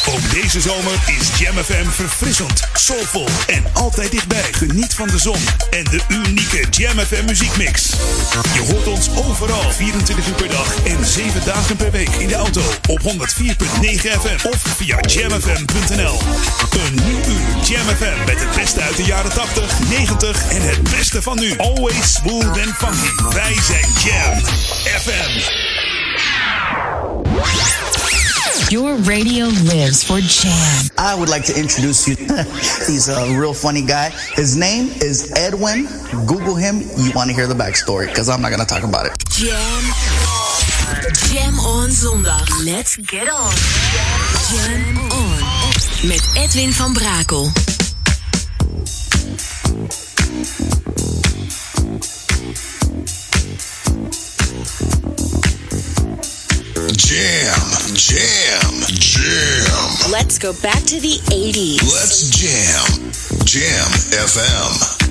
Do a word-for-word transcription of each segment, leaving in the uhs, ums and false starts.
Ook deze zomer is Jam F M verfrissend, soulvol en altijd dichtbij. Geniet van de zon en de unieke Jam F M muziekmix. Je hoort ons overal, vierentwintig uur per dag en zeven dagen per week in de auto op honderd vier komma negen F M of via jam f m punt n l. Een nieuw uur Jam F M met het beste uit de jaren tachtig, negentig en het beste van nu. Always smooth and funky. Wij zijn Jam F M. Your radio lives for Jam. I would like to introduce you. He's a real funny guy. His name is Edwin. Google him. You want to hear the backstory because I'm not going to talk about it. Jam. Jam on zondag. Let's get on. Jam on. Met Edwin van Brakel. Jam, jam, jam. Let's go back to the eighties. Let's jam. Jam F M.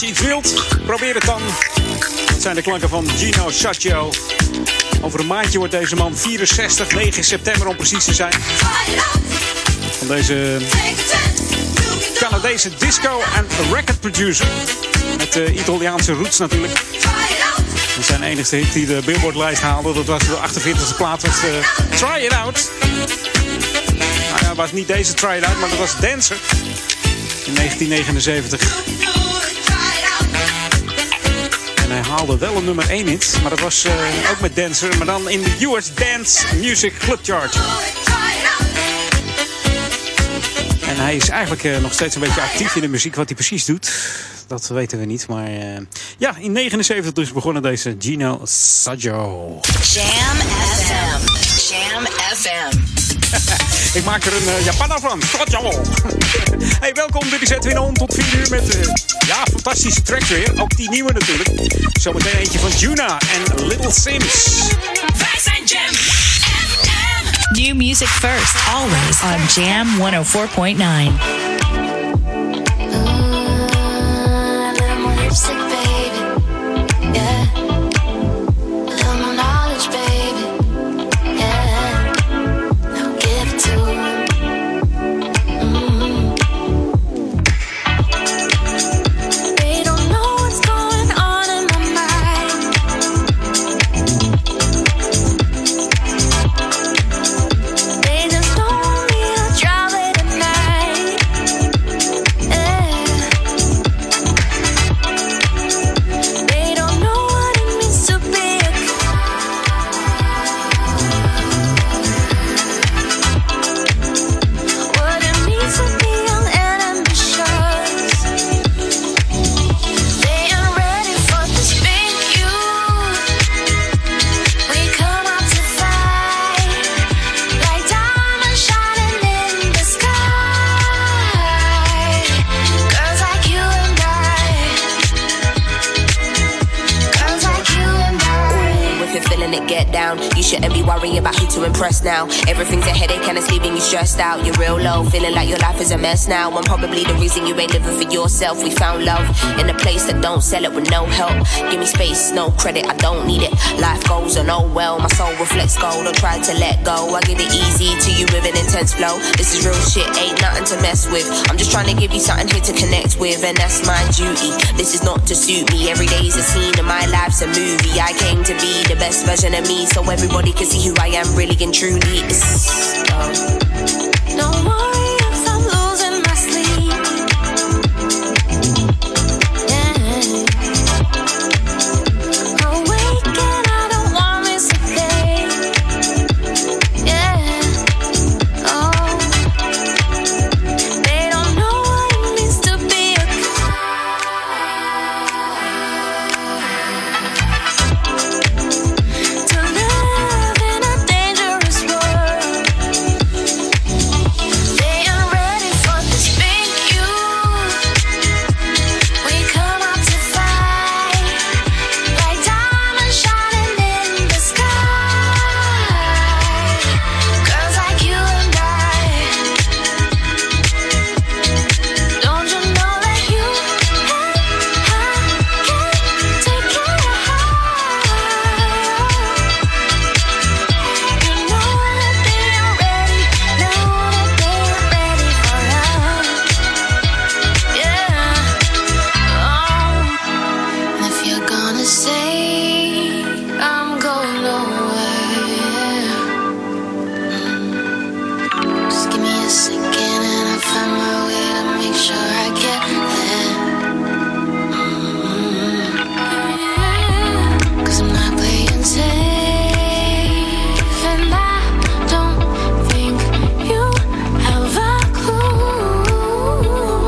je iets wilt, probeer het dan. Dat zijn de klanken van Gino Saggio. Over een maandje wordt deze man vierenzestig, negen september om precies te zijn. Van deze Canadese disco en record producer. Met uh, Italiaanse roots natuurlijk. En zijn enigste hit die de Billboard-lijst haalde, dat was de achtenveertigste plaat, was uh, Try It Out. Nou ja, het was niet deze Try It Out, maar dat was Dancer. In negentien negenenzeventig. En hij haalde wel een nummer één hit, maar dat was uh, ook met Dancer, maar dan in de U S Dance Music Club Chart. En hij is eigenlijk uh, nog steeds een beetje actief in de muziek. Wat hij precies doet, dat weten we niet. Maar uh, ja, in negenenzeventig dus begonnen deze Gino Saggio. Jam F M. Jam F M. Ik maak er een uh, Japaner van. Hey, welkom. Dit is Edwin On tot vier uur met uh, ja, fantastische tracks weer. Ook die nieuwe natuurlijk. Zometeen eentje van Juna en Little Sims. Wij zijn Jam F M. New music first, always on Jam honderdvier komma negen. Now everything's a headache and it's leaving you stressed out. You're real low, feeling like your life is a mess now. I'm probably the reason you ain't living for yourself. We found love in a place that don't sell it with no help. Give me space, no credit, I don't need it. Life goes on, oh well, my soul reflects gold. Don't try to let go, I give it easy to you with an intense flow. This is real shit, ain't nothing to mess with. I'm just trying to give you something here to connect with, and that's my duty. This is not to suit me, every day's a scene and my life's a movie. I came to be the best version of me, so everybody can see who I am really and truly. Oh. Don't worry if I'm losing my sleep. Yeah. Awake and I don't want to miss a thing. Yeah. Oh. They don't know what it means to be a to live in a dangerous world. They ain't ready for this big youth. We come out to fight like diamonds shining in the sky. Girls like you and I. Don't you know that you and I can take it high? You know that they ain't ready, know that they ain't ready for love. Yeah. Oh. And if you're gonna say I'm going nowhere, just give me a second and I'll find my way to make sure I get there. Mm-hmm. Cause I'm not playing safe, and I don't think you have a clue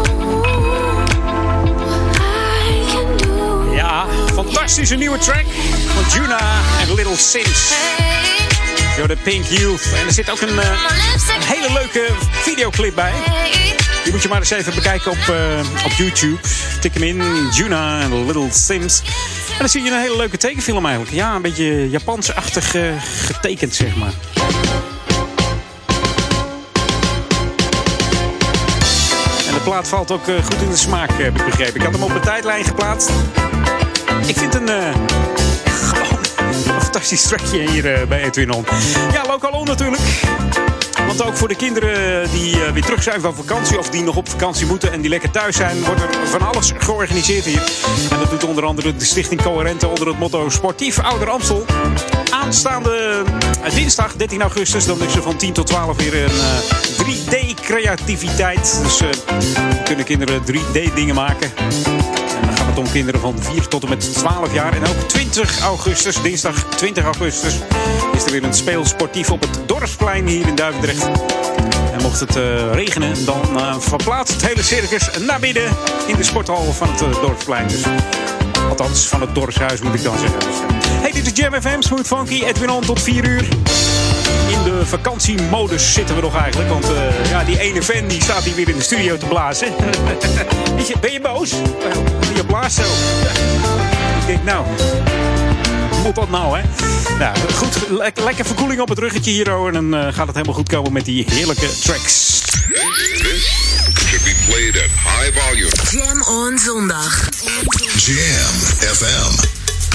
what I can do. Ja, fantastische nieuwe track van Juna en Little Sims. Door de Pink Youth. En er zit ook een, uh, een hele leuke videoclip bij. Die moet je maar eens even bekijken op, uh, op YouTube. Tik hem in, Juna en Little Sims. En dan zie je een hele leuke tekenfilm eigenlijk. Ja, een beetje Japans-achtig uh, getekend, zeg maar. En plaat valt ook uh, goed in de smaak, heb ik begrepen. Ik had hem op mijn tijdlijn geplaatst. Ik vind een... Uh, gewoon een fantastisch trackje hier uh, bij Edwin On. Ja, Local On natuurlijk. Want ook voor de kinderen die uh, weer terug zijn van vakantie... of die nog op vakantie moeten en die lekker thuis zijn... wordt er van alles georganiseerd hier. En dat doet onder andere de Stichting Coherente... onder het motto Sportief Ouder Amstel. Aanstaande uh, dinsdag, dertien augustus... dan is er van tien tot twaalf weer een uh, drie D-creativiteit. Dus uh, kunnen kinderen drie D-dingen maken... En dan gaat het om kinderen van vier tot en met twaalf jaar. En ook twintig augustus, dinsdag twintig augustus... is er weer een speelsportief op het Dorpsplein hier in Duivendrecht. En mocht het uh, regenen, dan uh, verplaatst het hele circus naar binnen... in de sporthal van het uh, Dorpsplein. Dus, althans, van het dorpshuis moet ik dan zeggen. Dus, uh. Hey, dit is Jam F M, Smooth Funky, Edwin On tot vier uur. In de vakantiemodus zitten we nog eigenlijk. Want uh, ja, die ene fan die staat hier weer in de studio te blazen. Ben je boos? Je blaast zo. Ik denk, nou, moet dat nou, hè? Nou, goed, le- lekker verkoeling op het ruggetje hier, en dan uh, gaat het helemaal goed komen met die heerlijke tracks. This should be played at high volume. Jam on zondag. Jam F M.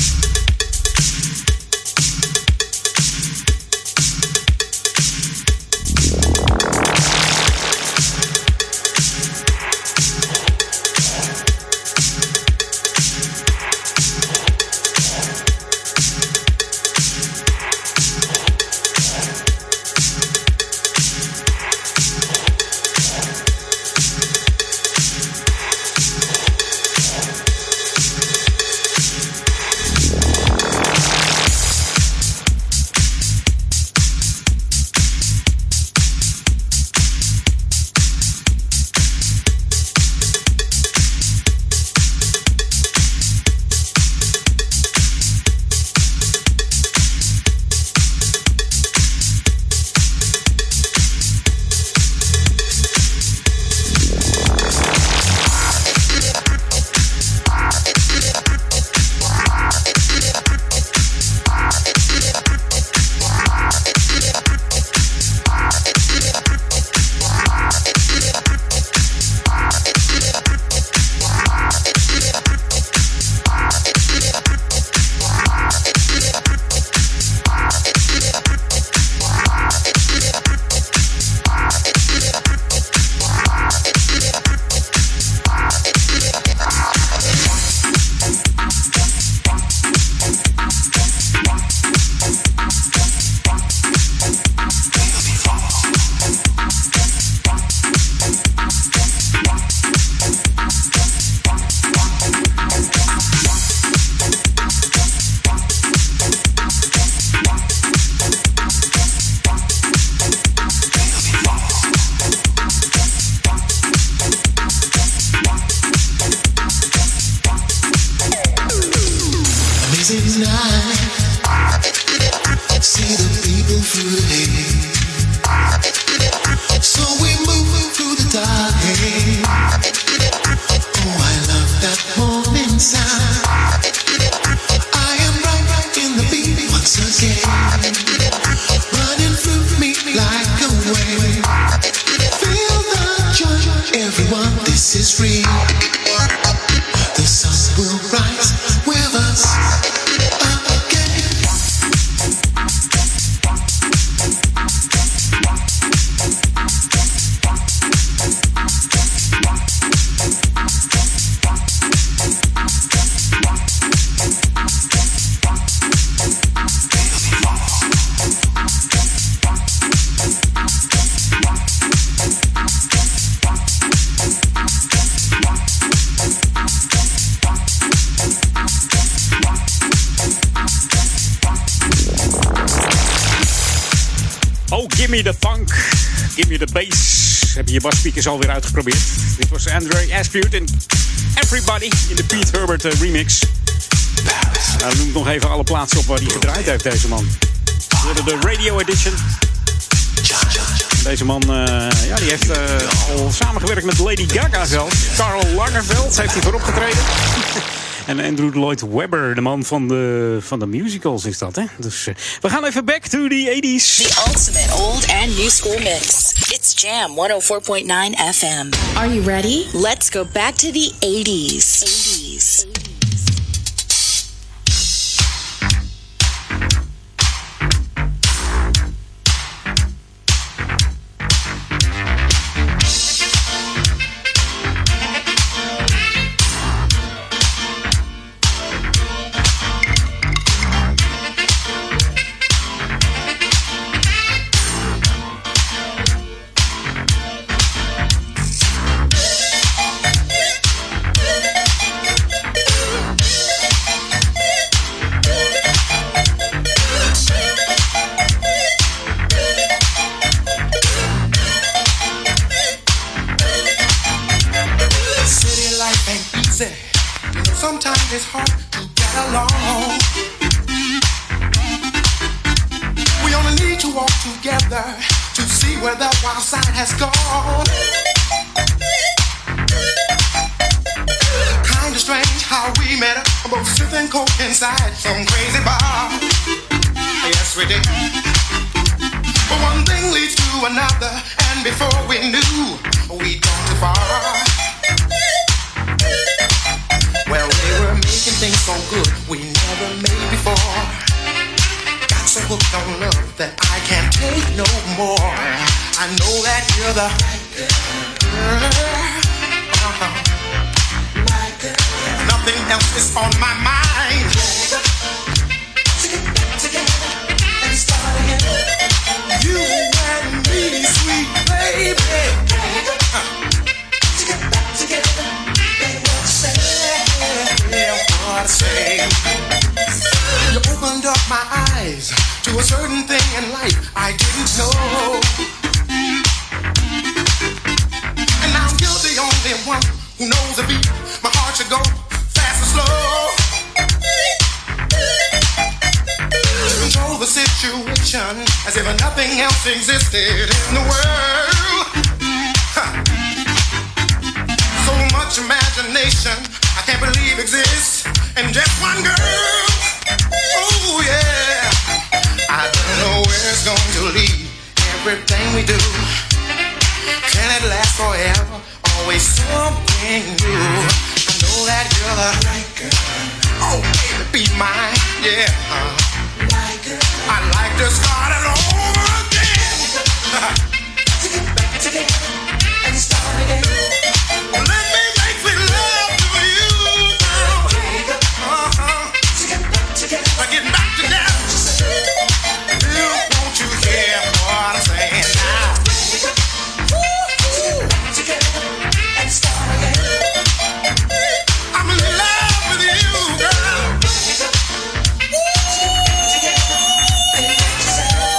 Heb je je basspeakers alweer uitgeprobeerd? Dit was Andre Aspute en Everybody in de Pete Herbert uh, remix. Nou, noem ik nog even alle plaatsen op waar hij gedraaid heeft, deze man. De Radio Edition. Deze man uh, ja, die heeft uh, al samengewerkt met Lady Gaga zelfs. Karl Lagerfeld heeft hij voorop getreden. En Andrew Lloyd Webber, de man van de, van de musicals is dat, hè? Dus uh, we gaan even back to the eighties. The ultimate old and new school mix. It's Jam one oh four point nine F M. Are you ready? Let's go back to the eighties. eighties. It's hard to get along. We only need to walk together to see where the wild side has gone. Kinda strange how we met up, both sipping coke inside some crazy bar. Yes, we did. But one thing leads to another, and before we knew, we'd gone too far. Well, we were making things so good we never made before. Got so hooked on love that I can't take no more. I know that you're the right girl. Uh-huh. My girl. Nothing else is on my mind. To get back together and start again. You and me, sweet baby. Uh. To get back together, baby, what you say? What I say. You opened up my eyes to a certain thing in life I didn't know. And now you're the only one who knows the beat. My heart should go fast or slow. Control the situation as if nothing else existed in the world. Huh. So much imagination I can't believe exists in just one girl. Oh yeah. I don't know where it's going to lead. Everything we do, can it last forever? Always something new. I know that you're the right girl. Oh baby, be mine, yeah. Right girl. I'd like to start it over again. To get back together and start again. Let me make sweet love to you now. Uh-huh. To get back together. Get back together. You, won't you hear what I'm saying now? To get back together and start again. I'm in love with you, girl. To get back together and what you say?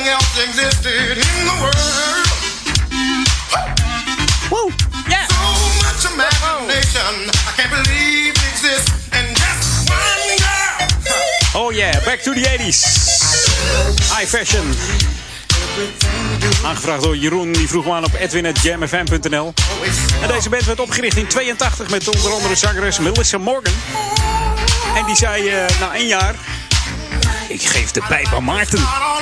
nothing else existed in the world. Woo! Yeah! So much imagination, I can't believe it exists in just one girl. Oh yeah, back to the eighties. High fashion. Aangevraagd door Jeroen, die vroeg me aan op edwin at jam f m punt n l. En deze band werd opgericht in tweeëntachtig met onder andere zangeres Melissa Morgan. En die zei uh, na één jaar: ik geef de pijp aan Maarten.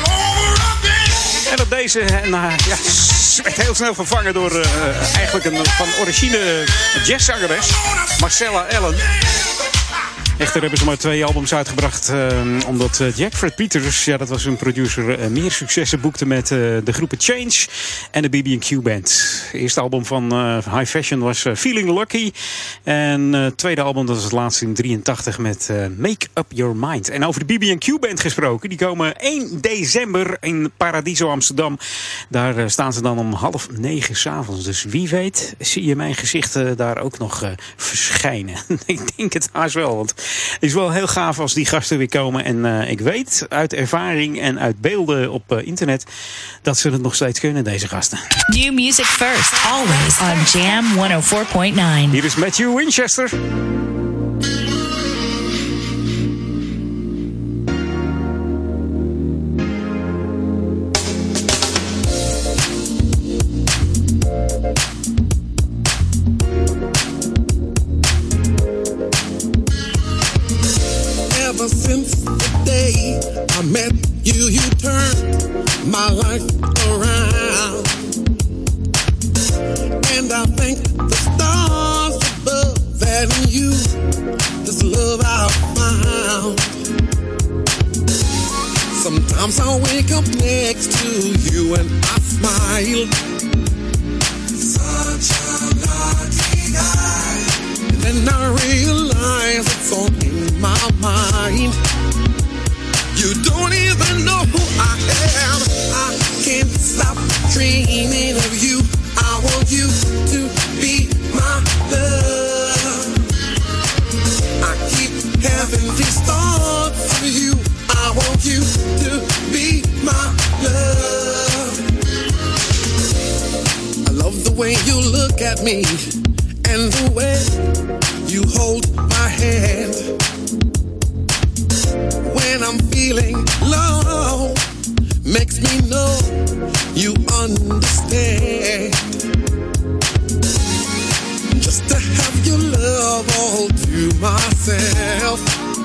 En dat deze en, uh, ja, werd heel snel vervangen door uh, eigenlijk een van origine jazzzangeres, Marcella Allen. Echter hebben ze maar twee albums uitgebracht. Uh, omdat uh, Jack Fred Peters, ja, dat was een producer, uh, meer successen boekte met uh, de groepen Change en de B B and Q Band. Het eerste album van uh, High Fashion was uh, Feeling Lucky. En het uh, tweede album, dat was het laatste in drieëntachtig met uh, Make Up Your Mind. En over de B B and Q Band gesproken, die komen één december in Paradiso Amsterdam. Daar uh, staan ze dan om half negen 's avonds. Dus wie weet zie je mijn gezicht uh, daar ook nog uh, verschijnen. Ik denk het haast wel, want het is wel heel gaaf als die gasten weer komen. En uh, ik weet uit ervaring en uit beelden op uh, internet dat ze het nog steeds kunnen, deze gasten. New music first, always on Jam honderdvier komma negen. Hier is Matthew Winchester. Ever since the day I met you, you turned my life around. And I thank the stars above and you, this love I found. Sometimes I wake up next to you and I smile. Such a lucky guy. And then I realize it's all in my mind. You don't even know who I am. I can't stop dreaming of you. I want you to be my love. I keep having these thoughts of you. I want you to be my love. I love the way you look at me and the way you hold my hand. When I'm feeling low, makes me know you understand. Just to have your love all to myself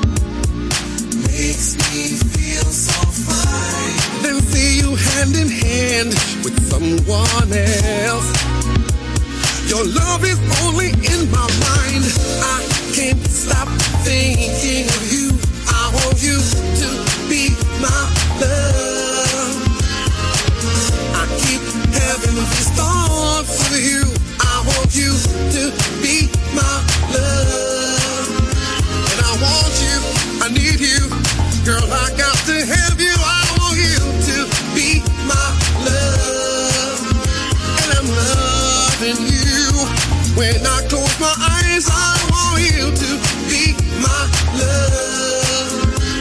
makes me feel so fine. Then see you hand in hand with someone else. Your love is only in my mind. I can't stop thinking of you. I want you to be my love. I keep having these thoughts of you. I want you to be my love. And I want you, I need you. Girl, I got to have you. I want you to be my love. And I'm loving you. When I close my eyes, I want you to be my love.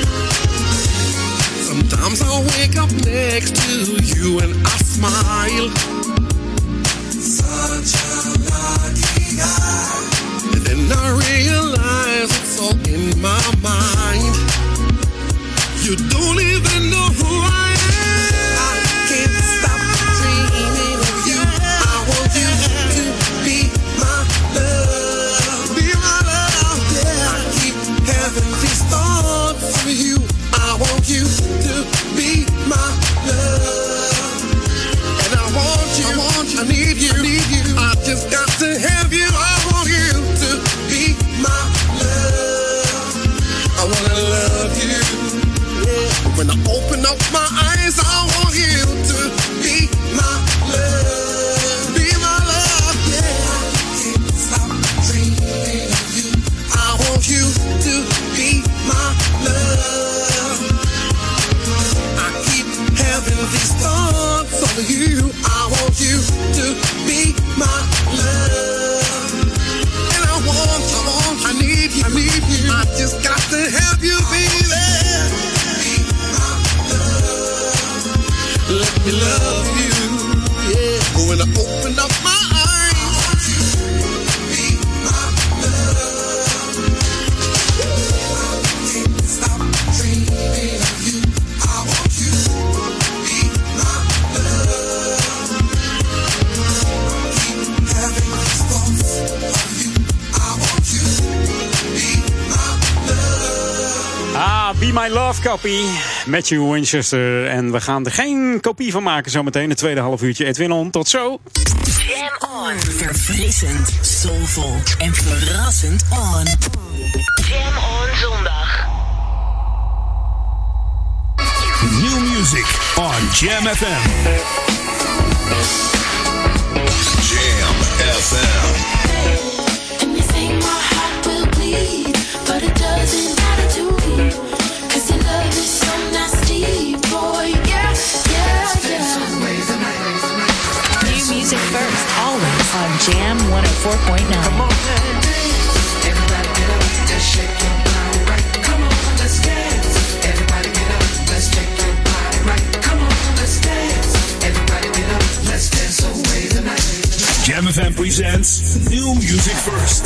Sometimes I wake up next to you and I smile. Such a lucky guy. And then I realize it's all in my mind. You don't even know who I am. I can't stop dreaming of you. I want you to be my love. Be my love, yeah. I keep having these thoughts of you. I want you to be my love. And I want you, I want you, I need you, I need you. I just got to have you. I want you to be my love. I wanna love you. When I open up my eyes, I want you to be my love. Be my love, yeah. I can't stop dreaming of you. I want you to be my love. I keep having these thoughts of you. I want you to be My Love Copy. Matthew Winchester. En we gaan er geen kopie van maken zometeen. Het tweede half uurtje. Edwin On. Tot zo. Jam On. Verfrissend, soulvol en verrassend on. Jam On zondag. New music on Jam F M. Jam F M. And you think my heart will bleed, but it doesn't matter to me, 'cause your love is so nasty, boy. Yeah, yeah, yeah. New music first, always on Jam one oh four point nine. Come on, everybody get up, let's shake your body right. Come on, let's dance. Everybody get up, let's shake your body right. Come on, let's dance. Everybody get up, let's dance away the night. Jam F M presents New Music First.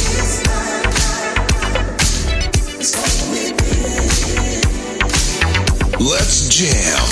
Let's jam.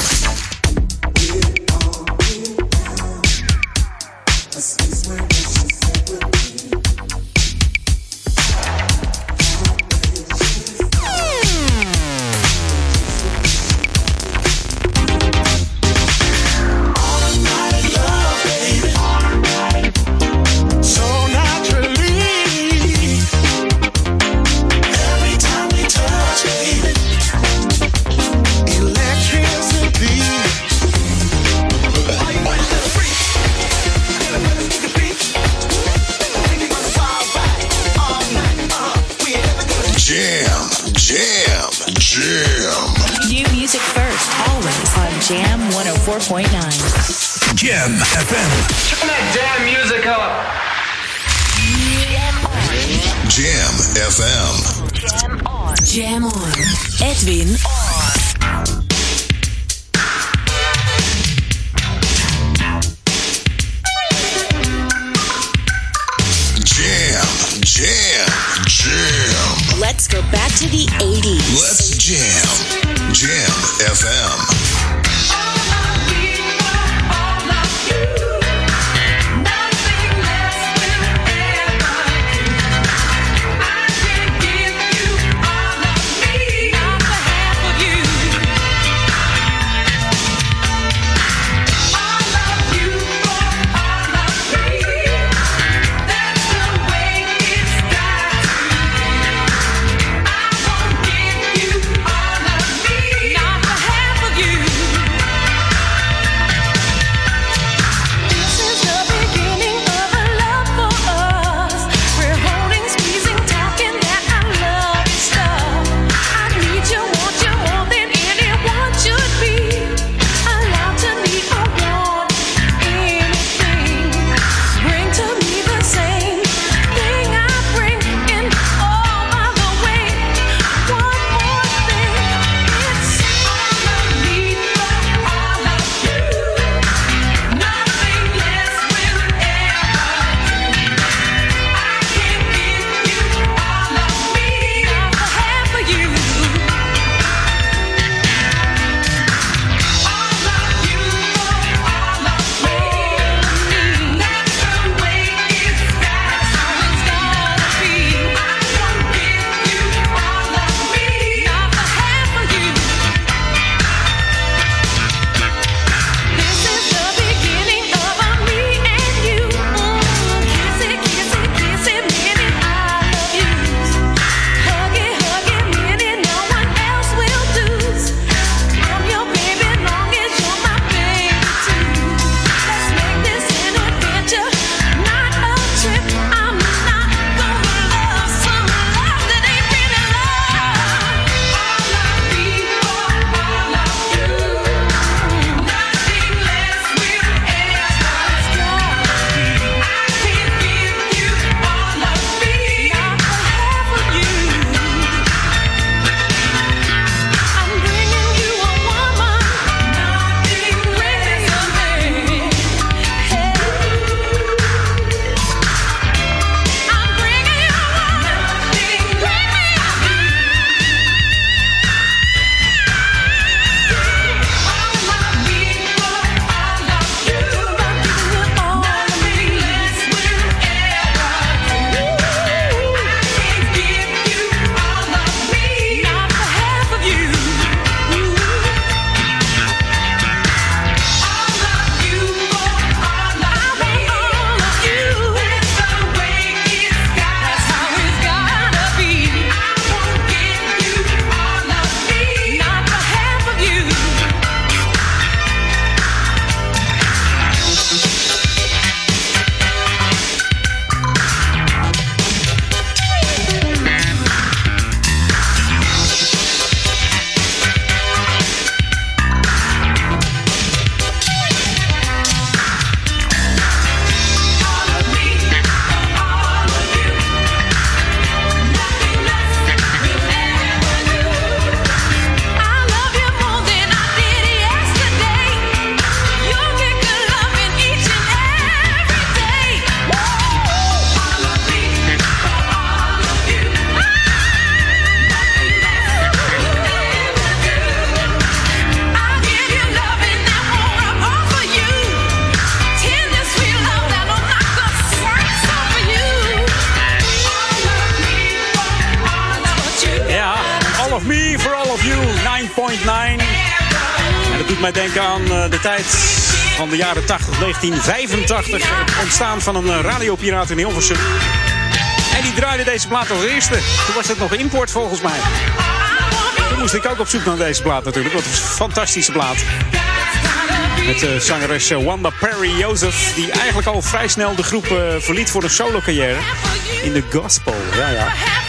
Jam one oh four point nine. Jam F M. Turn that damn music up. Jam F M. Jam On. Jam On. Edwin On. Jam, jam, jam. Let's go back to the eighties. Let's jam. Jam F M. You point nine. En dat doet mij denken aan uh, de tijd van de jaren tachtig, negentien vijfentachtig. Het ontstaan van een uh, radiopiraat in Hilversum. En die draaide deze plaat als eerste. Toen was het nog import volgens mij. Toen moest ik ook op zoek naar deze plaat natuurlijk. Wat een fantastische plaat. Met uh, zangeres uh, Wanda Perry Joseph. Die eigenlijk al vrij snel de groep uh, verliet voor een solo carrière. In de gospel, ja ja.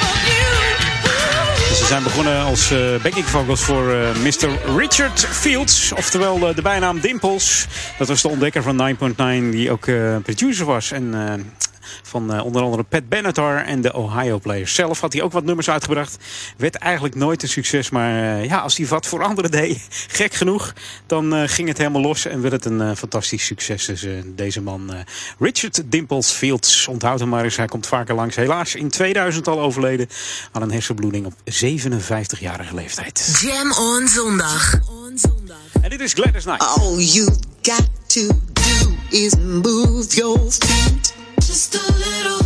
Dus ze zijn begonnen als uh, backing vocals voor uh, mister Richard Fields. Oftewel uh, de bijnaam Dimples. Dat was de ontdekker van nine point nine die ook uh, producer was. En... Uh, Van uh, onder andere Pat Benatar en de Ohio Players. Zelf had hij ook wat nummers uitgebracht. Werd eigenlijk nooit een succes. Maar uh, ja, als hij wat voor anderen deed, gek genoeg, dan uh, ging het helemaal los. En werd het een uh, fantastisch succes. Dus uh, deze man, uh, Richard Dimples Fields. Onthoud hem maar eens, hij komt vaker langs. Helaas in tweeduizend al overleden aan een hersenbloeding op zevenenvijftigjarige leeftijd. Jam on zondag. En dit is Gladys Knight. All you got to do is move your feet. Just a little.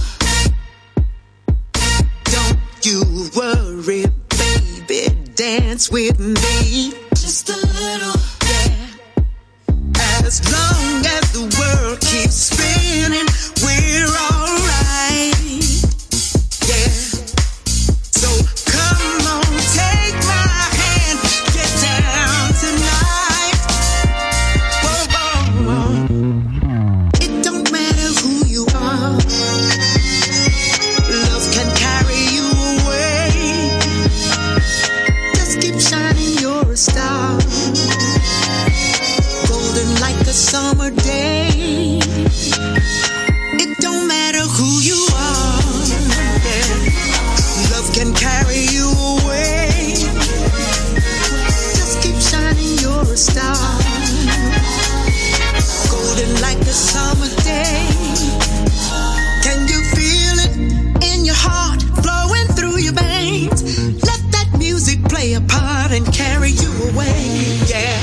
Don't you worry, baby, dance with me. Just a little, yeah. As long as the world keeps spinning, we're alright, yeah. So come on, take my hand, get down tonight. Whoa, whoa, whoa. It don't matter who you are. Love can carry you away. Just keep shining, you're a star. Golden like a summer day. It don't matter who you are. Yeah. Love can carry you away. Just keep shining, you're a star. Golden like a summer day. Can you feel it in your heart, flowing through your veins? Let that music play a part and carry you away, yeah.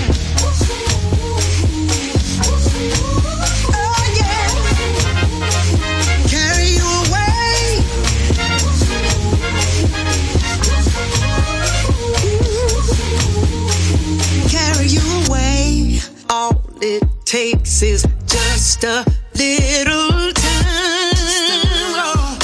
Oh yeah, carry you away. Carry you away. All it takes is just a little time. Oh.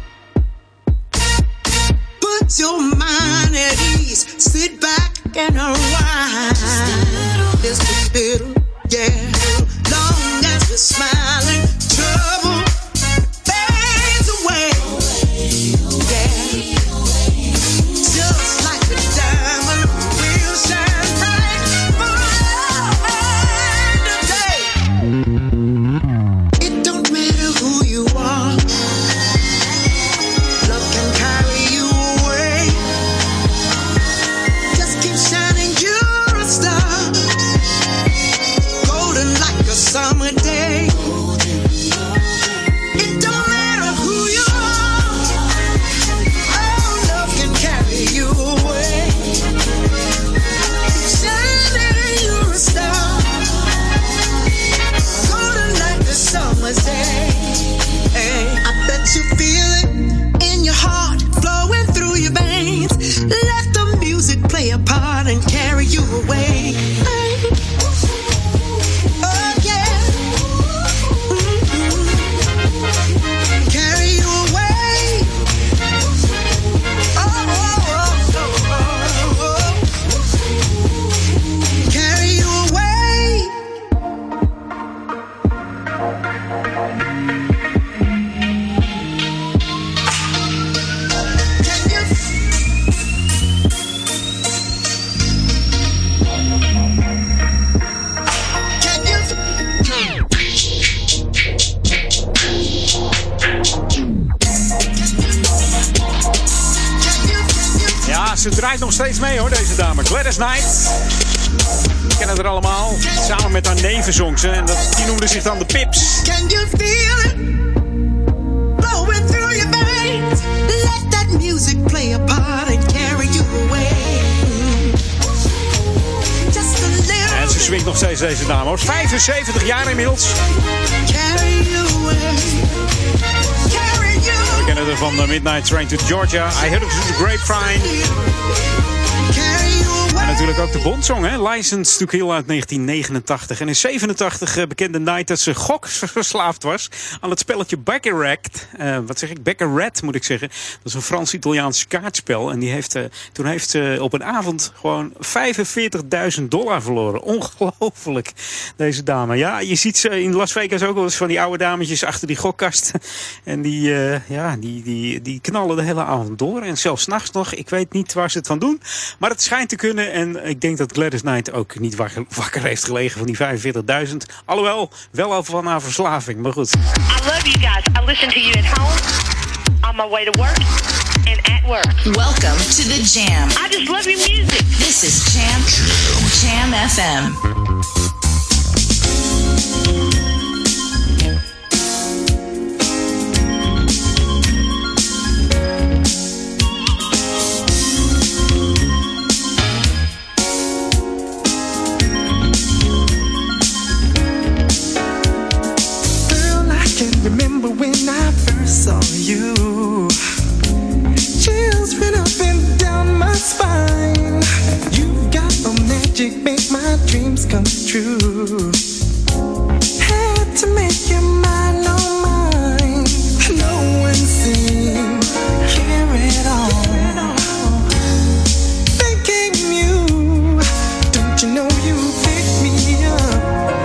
Put your mind at ease. Sit back and unwind. Just a little, yeah. Long as you're smiling, trouble fades away. Yeah. Just like a diamond, we'll shine bright forever today. It don't matter who you are. Love can carry you away. Just keep shining, you're a star. Golden like a summer day. It don't matter who you are. Oh, love can carry you away. Keep shining, you're a star. Golden like a summer day. Hey, I bet you feel it in your heart, flowing through your veins. Let the music play a part and carry you away. Hey. Oh yeah. Mm-hmm. Carry you away. Oh, oh, oh, oh, oh. Carry you away. Can you? Can you? Ja, ze draait nog steeds mee hoor, deze dame. Gladys Knight. We kennen haar allemaal. Samen met haar neven zong ze. En dat, die noemde zich dan de Pips. Can you feel it blowing through your veins? Let that music play a part and carry you away. Just a little. En ze swingt nog steeds deze dame hoor. vijfenzeventig jaar inmiddels. Carry you away. Carry you. We kennen haar van uh, Midnight Train to Georgia. I Heard It Through the Grapevine. Carry you away. En natuurlijk ook de Bond-song, hè? License to Kill uit negentien negenentachtig. En in zevenentachtig uh, bekende Knight dat ze gokverslaafd was aan het spelletje Baccarat. Uh, wat zeg ik? Baccarat moet ik zeggen. Dat is een Frans-Italiaans kaartspel. En die heeft, uh, toen heeft ze op een avond gewoon vijfenveertigduizend dollar verloren. Ongelooflijk, deze dame. Ja, je ziet ze in Las Vegas ook wel eens van die oude dametjes achter die gokkast. En die, uh, ja, die, die, die knallen de hele avond door. En zelfs 's nachts nog. Ik weet niet waar ze het van doen. Maar het schijnt te kunnen. En ik denk dat Gladys Knight ook niet wakker, wakker heeft gelegen van die vijfenveertigduizend. Alhoewel, wel al van haar verslaving. Maar goed. I love you guys. I listen to you at home, on my way to work, and at work. Welcome to the Jam. I just love your music. This is Jam, Jam F M. Remember when I first saw you? Chills ran up and down my spine. You got a magic, make my dreams come true. Had to make your mind on mine. No one seemed to care at all. Thinking you, don't you know you picked me up?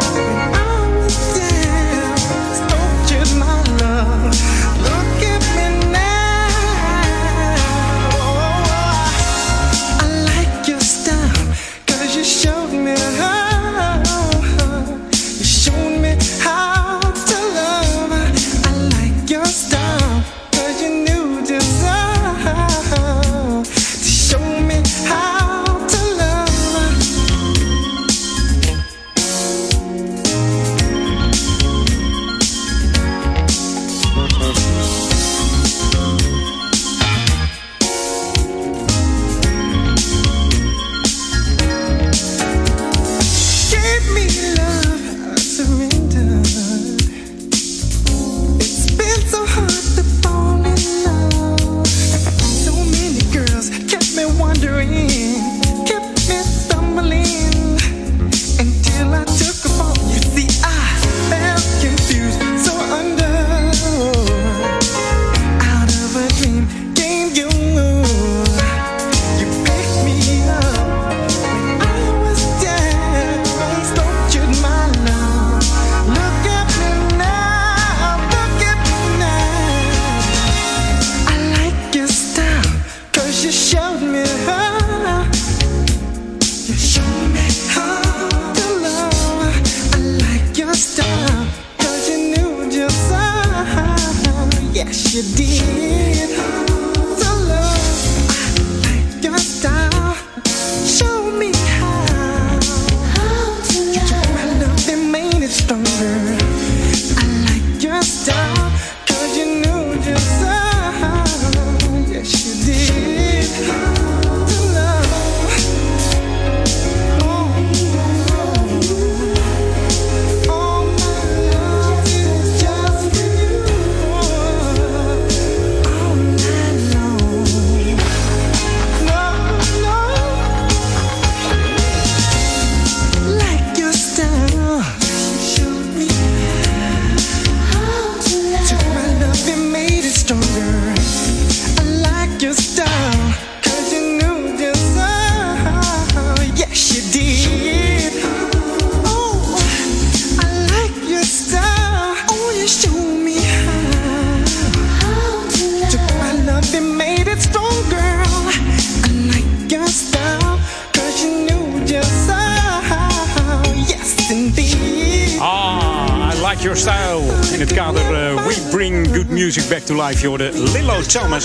Back to Life, je hoorde Lilo Thomas.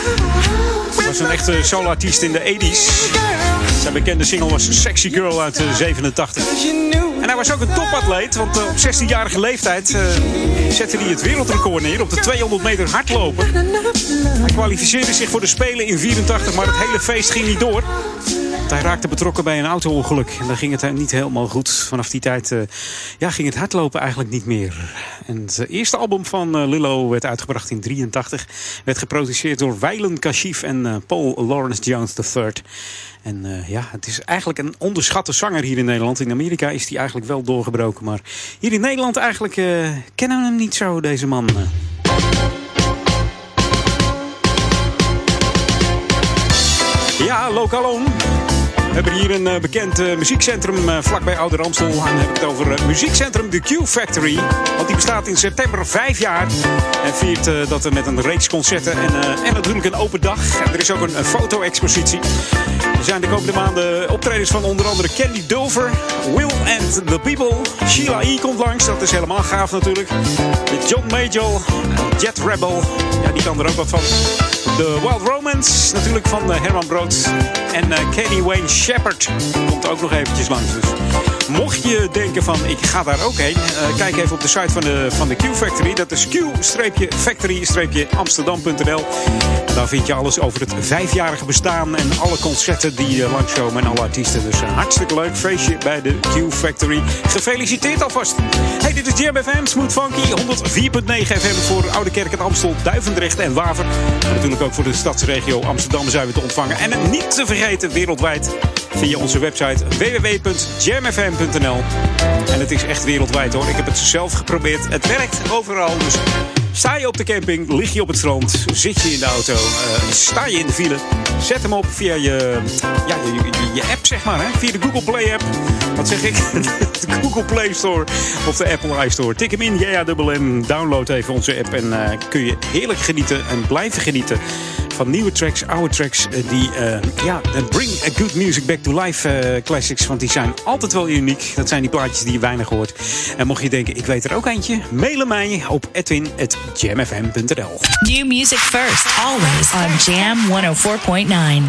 Ze was een echte solo-artiest in de tachtiger. Zijn bekende single was Sexy Girl uit zevenentachtig. En hij was ook een topatleet, want op zestienjarige leeftijd uh, zette hij het wereldrecord neer op de tweehonderd meter hardlopen. Hij kwalificeerde zich voor de Spelen in vierentachtig, maar het hele feest ging niet door. Hij raakte betrokken bij een auto-ongeluk en dan ging het niet helemaal goed. Vanaf die tijd uh, ja, ging het hardlopen eigenlijk niet meer. En het eerste album van uh, Lilo werd uitgebracht in negentien drieëntachtig. Werd geproduceerd door Waylon Kashif en uh, Paul Lawrence Jones de derde. En uh, ja, het is eigenlijk een onderschatte zanger hier in Nederland. In Amerika is hij eigenlijk wel doorgebroken. Maar hier in Nederland eigenlijk uh, kennen we hem niet zo, deze man. Ja, Lokalon. We hebben hier een uh, bekend uh, muziekcentrum uh, vlakbij Ouder Amstel. En dan heb ik het over uh, muziekcentrum The Q Factory. Want die bestaat in september vijf jaar. En viert uh, dat met een reeks concerten en, uh, en natuurlijk een open dag. En er is ook een, een foto-expositie. Er zijn de komende maanden optredens van onder andere Candy Dulfer, Will and the People. Sheila E. komt langs, dat is helemaal gaaf natuurlijk. De John Major, Jet Rebel, ja, die kan er ook wat van. De Wild Romance, natuurlijk van uh, Herman Brood. En uh, Kenny Wayne Shepherd komt ook nog eventjes langs. Dus mocht je denken van, ik ga daar ook heen. Uh, kijk even op de site van de, van de Q Factory. Dat is q factory amsterdam punt n l. Daar vind je alles over het vijfjarige bestaan. En alle concerten die uh, langskomen en alle artiesten. Dus uh, hartstikke leuk feestje bij de Q Factory. Gefeliciteerd alvast. Hey, dit is Jam F M, Smooth Funky. honderd vier komma negen F M voor Oude Kerk en Amstel, Duivendrecht en Waver. En natuurlijk ook voor de stadsregio Amsterdam zijn we te ontvangen. En niet te vergeten, wereldwijd via onze website w w w punt jam f m punt n l. En het is echt wereldwijd hoor. Ik heb het zelf geprobeerd. Het werkt overal. Dus sta je op de camping, lig je op het strand, zit je in de auto, uh, sta je in de file. Zet hem op via je, ja, je, je, je app zeg maar. Hè? Via de Google Play app. Wat zeg ik? De Google Play Store of de Apple iStore. Tik hem in, J A M M. Download even onze app en uh, kun je heerlijk genieten en blijven genieten van nieuwe tracks, oude tracks. Uh, die uh, ja, bring a good music back to life uh, classics. Want die zijn altijd wel uniek. Dat zijn die plaatjes die je weinig hoort. En mocht je denken, ik weet er ook eentje, mailen mij op edwin at jam f m punt n l. New music first, always on Jam honderdvier komma negen.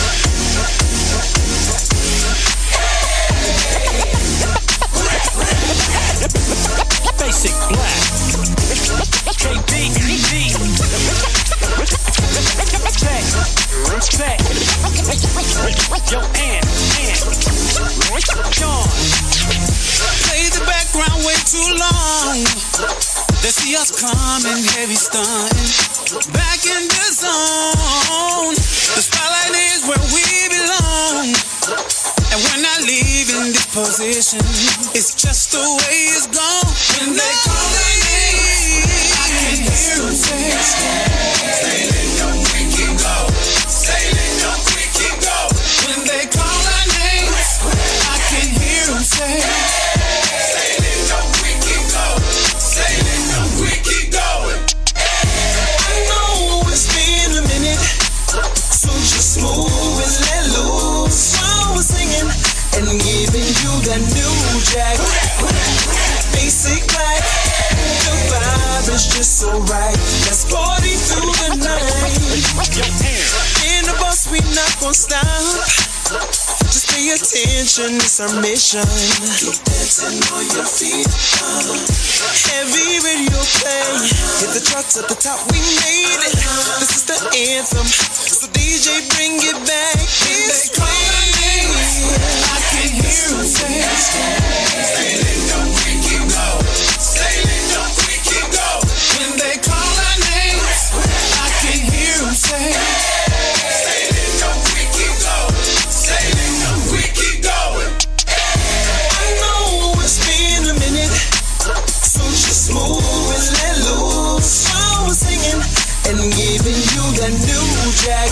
Basic Black. K B B. Respect. Respect. Yo, and, and. John. Play the background way too long. They see us coming, heavy stunting. Back in the zone. The spotlight is where we belong. And we're not leaving this position. It's just the way it's gone. When they call their name, I can hear them say, stay lit, don't quick and go. Stay lit, don't quick and go. When they call our names, I can hear them say, stay lit, don't quick and go. Stay lit, don't quick and go. I know it's been a minute, so just move and let loose. I was singing and giving you that new jack. Basic Black, the vibe is just so right. Let's party through the night. In the bus, we not gon' stop. Just pay attention, it's our mission. Keep dancing on your feet. Uh. Heavy radio play. Hit the charts at the top, we made it. This is the anthem. So D J, bring it back. It's crazy. I can hear you say, stay lit, don't quick and go. Stay lit, don't quick and go. When they call our names, I can hear you say, stay lit, don't quick and go. Stay lit, don't quick and go. I know it's been a minute, so just move and let loose. I was singing and giving you that new jack.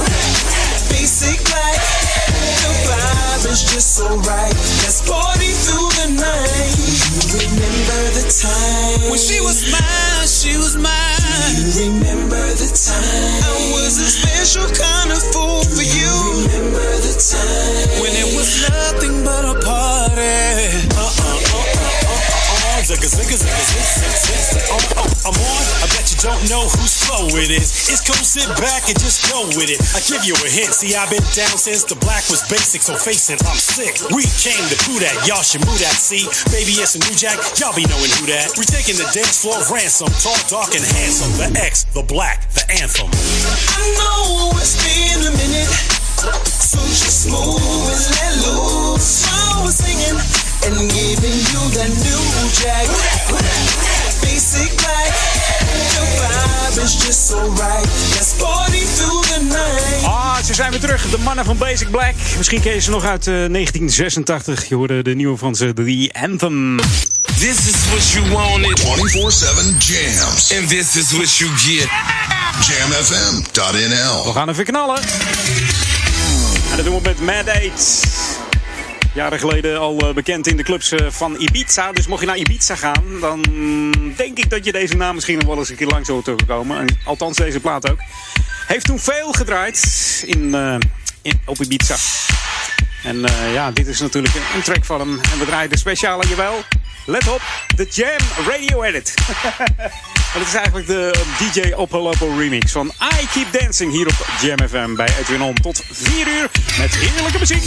Basic Black, the vibe is just so right. Let's party through the night. You remember the time when she was mine, she was mine. You remember the time I was a special kind of fool for you. You remember the time when it was nothing but a party. Uh uh uh uh uh uh. Zigga zigga zigga zigga. I'm on. I bet you don't know whose flow it is. It's cool, sit back and just go with it. I give you a hint. See, I've been down since the black was basic, so face it, I'm sick. We came to do that, y'all should move that. See, baby, it's a new jack. Y'all be knowing who that. We're taking the dance floor ransom. Tall, dark, and handsome. The X, the black, the anthem. I know it's been a minute, so just move and let loose. I was singing and giving you that new jack. weer terug. De mannen van Basic Black. Misschien ken je ze nog uit uh, negentien zesentachtig. Je hoorde de nieuwe van ze, The Anthem. This is what you wanted. twenty-four seven Jams. And this is what you get. jam f m dot n l. We gaan even knallen. En dat doen we met Mad eight. Jaren geleden al uh, bekend in de clubs uh, van Ibiza. Dus mocht je naar Ibiza gaan, dan denk ik dat je deze naam misschien nog wel eens een keer langs zult terugkomen. En althans deze plaat ook. Heeft toen veel gedraaid in, uh, in, op Ibiza. En uh, ja, dit is natuurlijk een, een track van hem. En we draaien de speciale, jawel. Let op, de Jam Radio Edit. En het is eigenlijk de D J Opolopo remix van I Keep Dancing hier op Jam F M bij Edwin On. Tot vier uur met heerlijke muziek.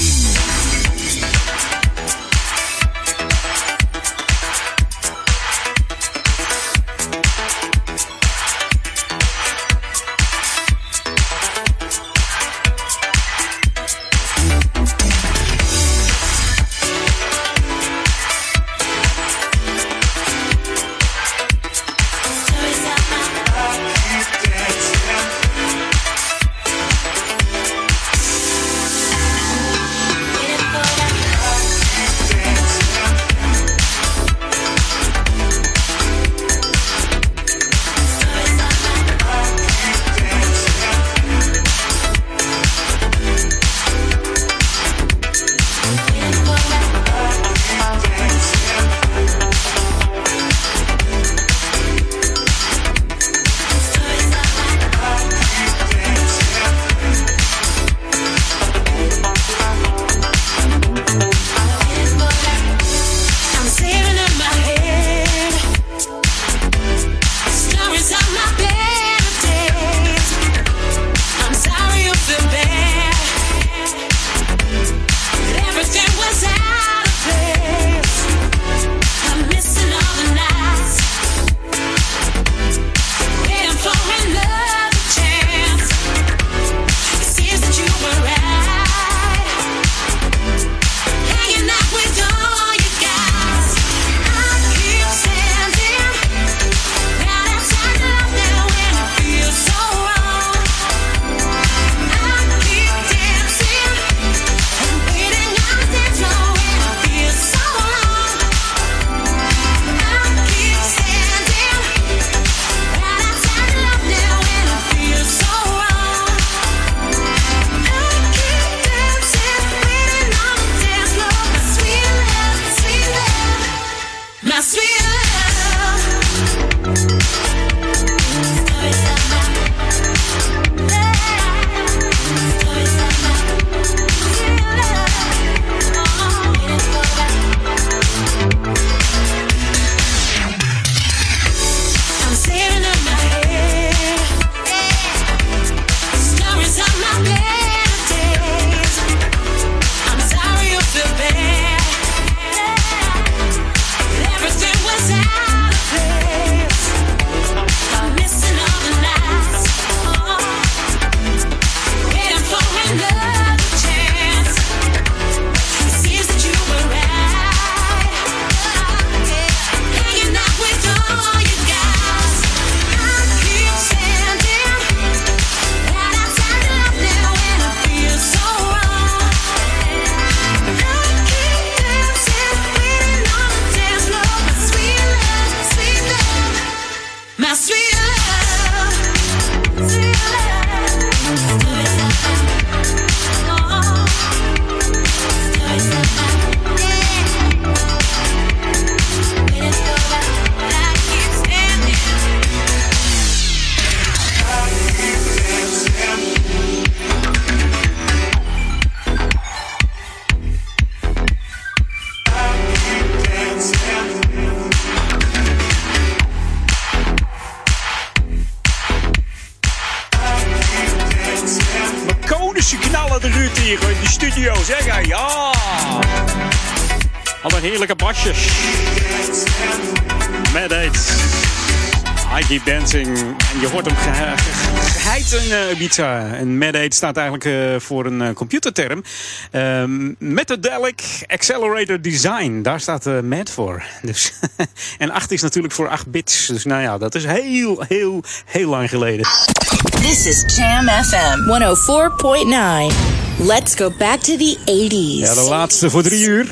Heerlijke basjes. Mad eight. I Keep Dancing. En je hoort hem ge- ge- geheid in uh, Ibiza. En Mad eight staat eigenlijk uh, voor een uh, computerterm. Um, Metadelic Accelerator Design. Daar staat uh, Mad voor. Dus en acht is natuurlijk voor acht bits. Dus nou ja, dat is heel, heel, heel lang geleden. This is Jam F M honderdvier komma negen. Let's go back to the eighties. Ja, de laatste voor drie uur.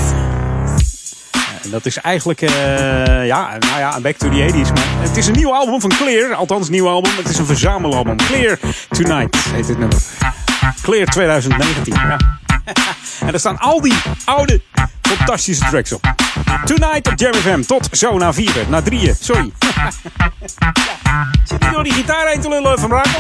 En dat is eigenlijk, uh, ja, nou ja, Back to the eighties. Maar het is een nieuw album van Clear. Althans, een nieuw album. Het is een verzamelalbum. Clear Tonight heet het nummer. Clear twintig negentien, ja. En er staan al die oude, fantastische tracks op. Tonight op Jam F M. Tot zo na vieren. Na drieën, sorry. Ja. Zit je door die gitaar heen te lullen van Brakel?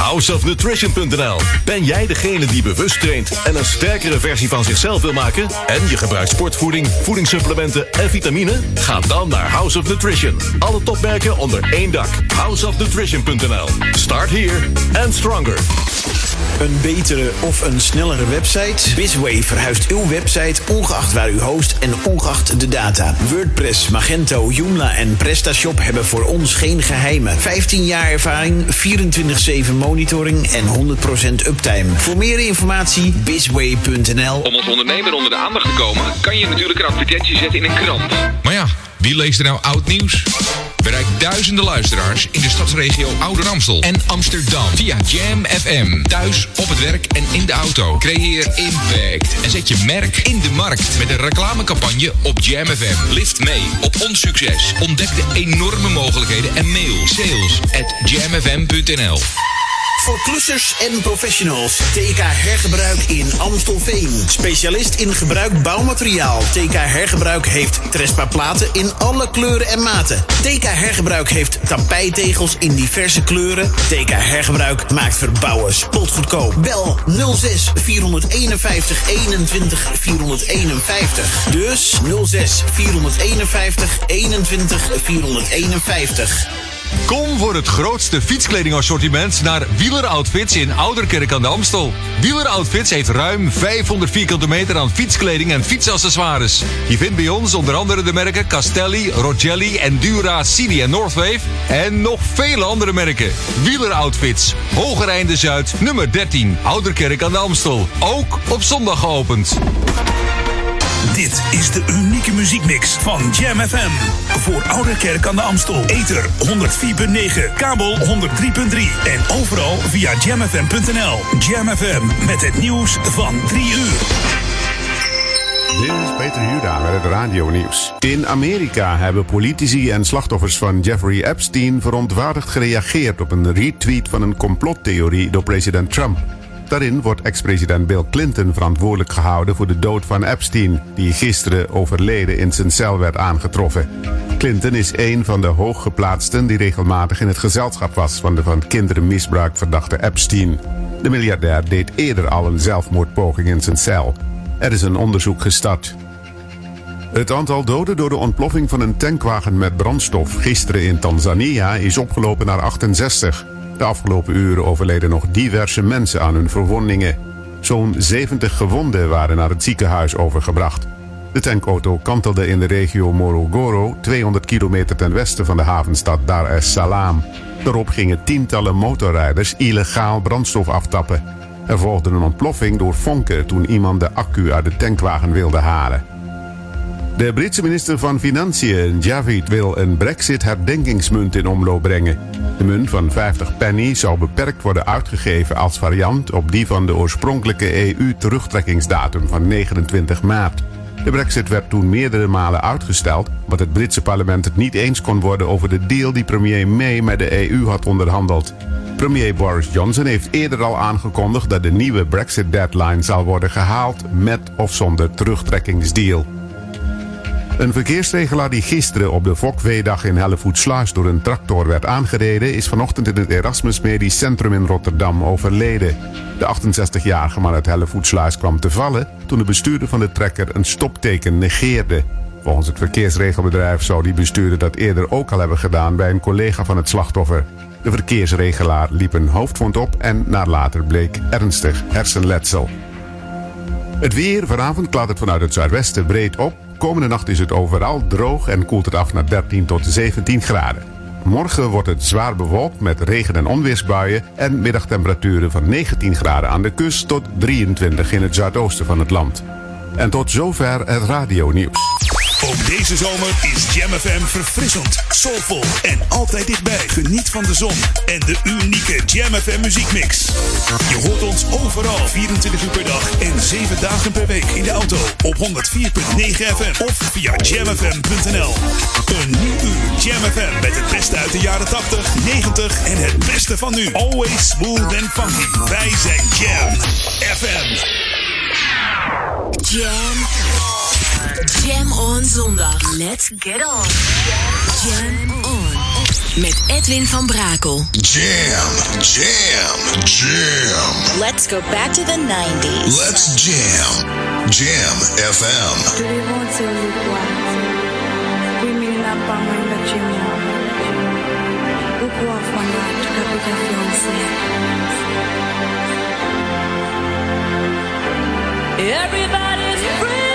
house of nutrition punt n l. Ben jij degene die bewust traint en een sterkere versie van zichzelf wil maken? En je gebruikt sportvoeding, voedingssupplementen en vitamine? Ga dan naar House of Nutrition. Alle topmerken onder één dak. house of nutrition punt n l. Start here and stronger. Een betere of een snellere website? Bizway verhuist uw website ongeacht waar u host en ongeacht de data. WordPress, Magento, Joomla en PrestaShop hebben voor ons geen geheimen. vijftien jaar ervaring, vierentwintig zeven monitoring en honderd procent uptime. Voor meer informatie bizway punt n l. Om als ondernemer onder de aandacht te komen, kan je natuurlijk een advertentie zetten in een krant. Maar ja, wie leest er nou oud nieuws? Bereik duizenden luisteraars in de stadsregio Ouder Amstel en Amsterdam via Jam F M. Thuis, op het werk en in de auto. Creëer impact en zet je merk in de markt met een reclamecampagne op Jam F M. Lift mee op ons succes. Ontdek de enorme mogelijkheden en mail sales at jam f m punt n l. Voor klussers en professionals. T K Hergebruik in Amstelveen. Specialist in gebruikt bouwmateriaal. T K Hergebruik heeft Trespa platen in alle kleuren en maten. T K Hergebruik heeft tapijtegels in diverse kleuren. T K Hergebruik maakt verbouwen spotgoedkoop. Bel nul zes vierhonderdeenenvijftig eenentwintig vierhonderdeenenvijftig. Dus nul zes vierhonderdeenenvijftig eenentwintig vierhonderdeenenvijftig. Kom voor het grootste fietskledingassortiment naar Wieler Outfits in Ouderkerk aan de Amstel. Wieler Outfits heeft ruim vijfhonderd vierkante meter aan fietskleding en fietsaccessoires. Je vindt bij ons onder andere de merken Castelli, Rogelli, Endura, Cini en Northwave. En nog vele andere merken. Wieler Outfits, Hogereinde Zuid, nummer dertien, Ouderkerk aan de Amstel. Ook op zondag geopend. Dit is de unieke muziekmix van Jam F M. Voor Ouderkerk aan de Amstel. Ether honderd vier komma negen, kabel honderd drie komma drie. En overal via jam f m punt n l. Jam F M met het nieuws van drie uur. Dit is Peter Juda met het radionieuws. In Amerika hebben politici en slachtoffers van Jeffrey Epstein verontwaardigd gereageerd op een retweet van een complottheorie door president Trump. Daarin wordt ex-president Bill Clinton verantwoordelijk gehouden voor de dood van Epstein, die gisteren overleden in zijn cel werd aangetroffen. Clinton is een van de hooggeplaatsten die regelmatig in het gezelschap was van de van kindermisbruik verdachte Epstein. De miljardair deed eerder al een zelfmoordpoging in zijn cel. Er is een onderzoek gestart. Het aantal doden door de ontploffing van een tankwagen met brandstof gisteren in Tanzania is opgelopen naar achtenzestig. De afgelopen uren overleden nog diverse mensen aan hun verwondingen. Zo'n zeventig gewonden waren naar het ziekenhuis overgebracht. De tankauto kantelde in de regio Morogoro, tweehonderd kilometer ten westen van de havenstad Dar es Salaam. Daarop gingen tientallen motorrijders illegaal brandstof aftappen. Er volgde een ontploffing door vonken toen iemand de accu uit de tankwagen wilde halen. De Britse minister van Financiën, Javid, wil een Brexit-herdenkingsmunt in omloop brengen. De munt van vijftig penny zou beperkt worden uitgegeven als variant op die van de oorspronkelijke E U-terugtrekkingsdatum van negenentwintig maart. De Brexit werd toen meerdere malen uitgesteld, omdat het Britse parlement het niet eens kon worden over de deal die premier May met de E U had onderhandeld. Premier Boris Johnson heeft eerder al aangekondigd dat de nieuwe Brexit-deadline zal worden gehaald met of zonder terugtrekkingsdeal. Een verkeersregelaar die gisteren op de Fokweedag in Hellevoetsluis door een tractor werd aangereden, is vanochtend in het Erasmus Medisch Centrum in Rotterdam overleden. De achtenzestigjarige man uit Hellevoetsluis kwam te vallen toen de bestuurder van de trekker een stopteken negeerde. Volgens het verkeersregelbedrijf zou die bestuurder dat eerder ook al hebben gedaan bij een collega van het slachtoffer. De verkeersregelaar liep een hoofdwond op en naar later bleek ernstig hersenletsel. Het weer, vanavond klaart het vanuit het zuidwesten breed op. Komende nacht is het overal droog en koelt het af naar dertien tot zeventien graden. Morgen wordt het zwaar bewolkt met regen- en onweersbuien en middagtemperaturen van negentien graden aan de kust tot drieëntwintig in het zuidoosten van het land. En tot zover het radionieuws. Ook deze zomer is Jam F M verfrissend, soulvol en altijd dichtbij. Geniet van de zon en de unieke Jam F M muziekmix. Je hoort ons overal, vierentwintig uur per dag en zeven dagen per week in de auto op honderd vier komma negen F M of via jam f m punt n l. Een nieuw uur Jam F M met het beste uit de jaren tachtig, negentig en het beste van nu. Always smooth and funky. Wij zijn Jam F M. Jam. Jam on zondag. Let's get on. Jam on. Met Edwin van Brakel. Jam, jam, jam. Let's go back to the nineties. Let's jam. Jam F M. Everybody's free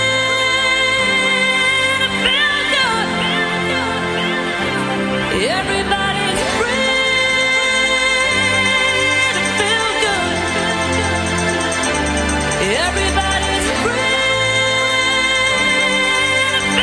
to feel good. Everybody's free to feel good. Everybody's free to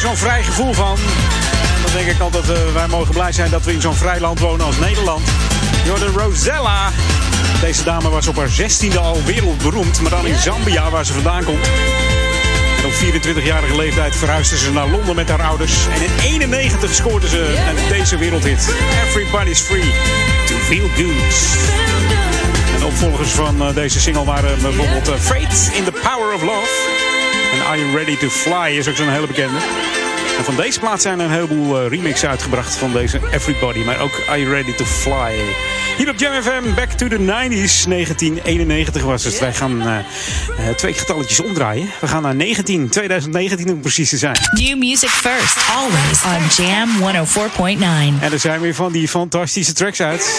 zo'n vrij gevoel van. En dan denk ik altijd, uh, wij mogen blij zijn dat we in zo'n vrij land wonen als Nederland. Jordan Rosella. Deze dame was op haar zestiende al wereldberoemd, maar dan in Zambia, waar ze vandaan komt. En op vierentwintigjarige leeftijd verhuisde ze naar Londen met haar ouders. En in eenennegentig scoorde ze deze wereldhit. Everybody's free to feel good. En de opvolgers van uh, deze single waren bijvoorbeeld uh, Fate in the Power of Love. En Are You Ready to Fly is ook zo'n hele bekende. En van deze plaat zijn er een heleboel uh, remixen uitgebracht van deze Everybody. Maar ook Are You Ready to Fly. Hier op Jam F M, back to the nineties. negentien eenennegentig was het. Wij gaan uh, uh, twee getalletjes omdraaien. We gaan naar negentien, twintig negentien om precies te zijn. New music first, always on Jam honderdvier komma negen. En er zijn weer van die fantastische tracks uit.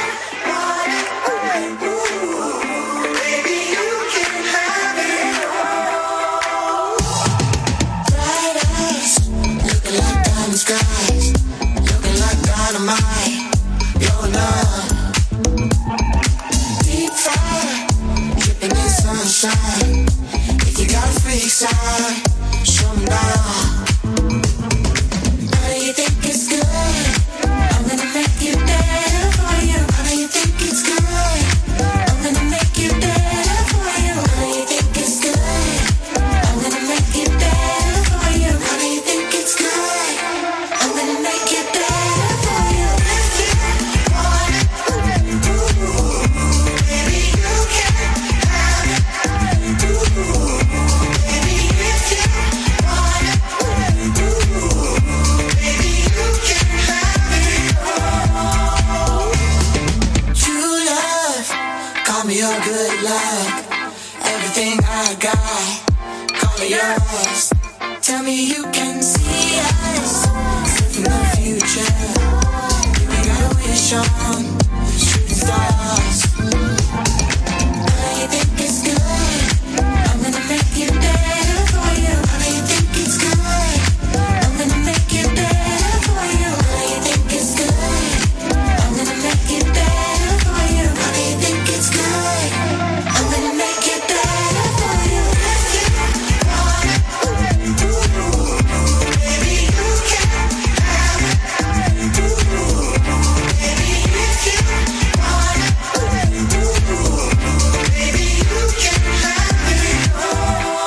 Skies, looking like dynamite. Your love, deep fire, dripping in sunshine. If you got a freak side, show me now. How do you think it's good? I'm gonna make you better for you. How do you think it's good? I'm gonna make you better for you. How do you think it's good? I'm gonna make it better for you. How do you think it's good? Your good luck, everything I got, call it yours. Tell me you can see us in the future. We got a wish on shooting stars. How do you think it's good? I'm gonna make it better for you. How do you think it's good? I'm gonna make it better for you. How do you think it's good? I'm gonna make it better for you. How do you think it's good? I'm gonna make it better for you. If you want it, baby, you can have it. Baby, if you want it, baby, you can have it all.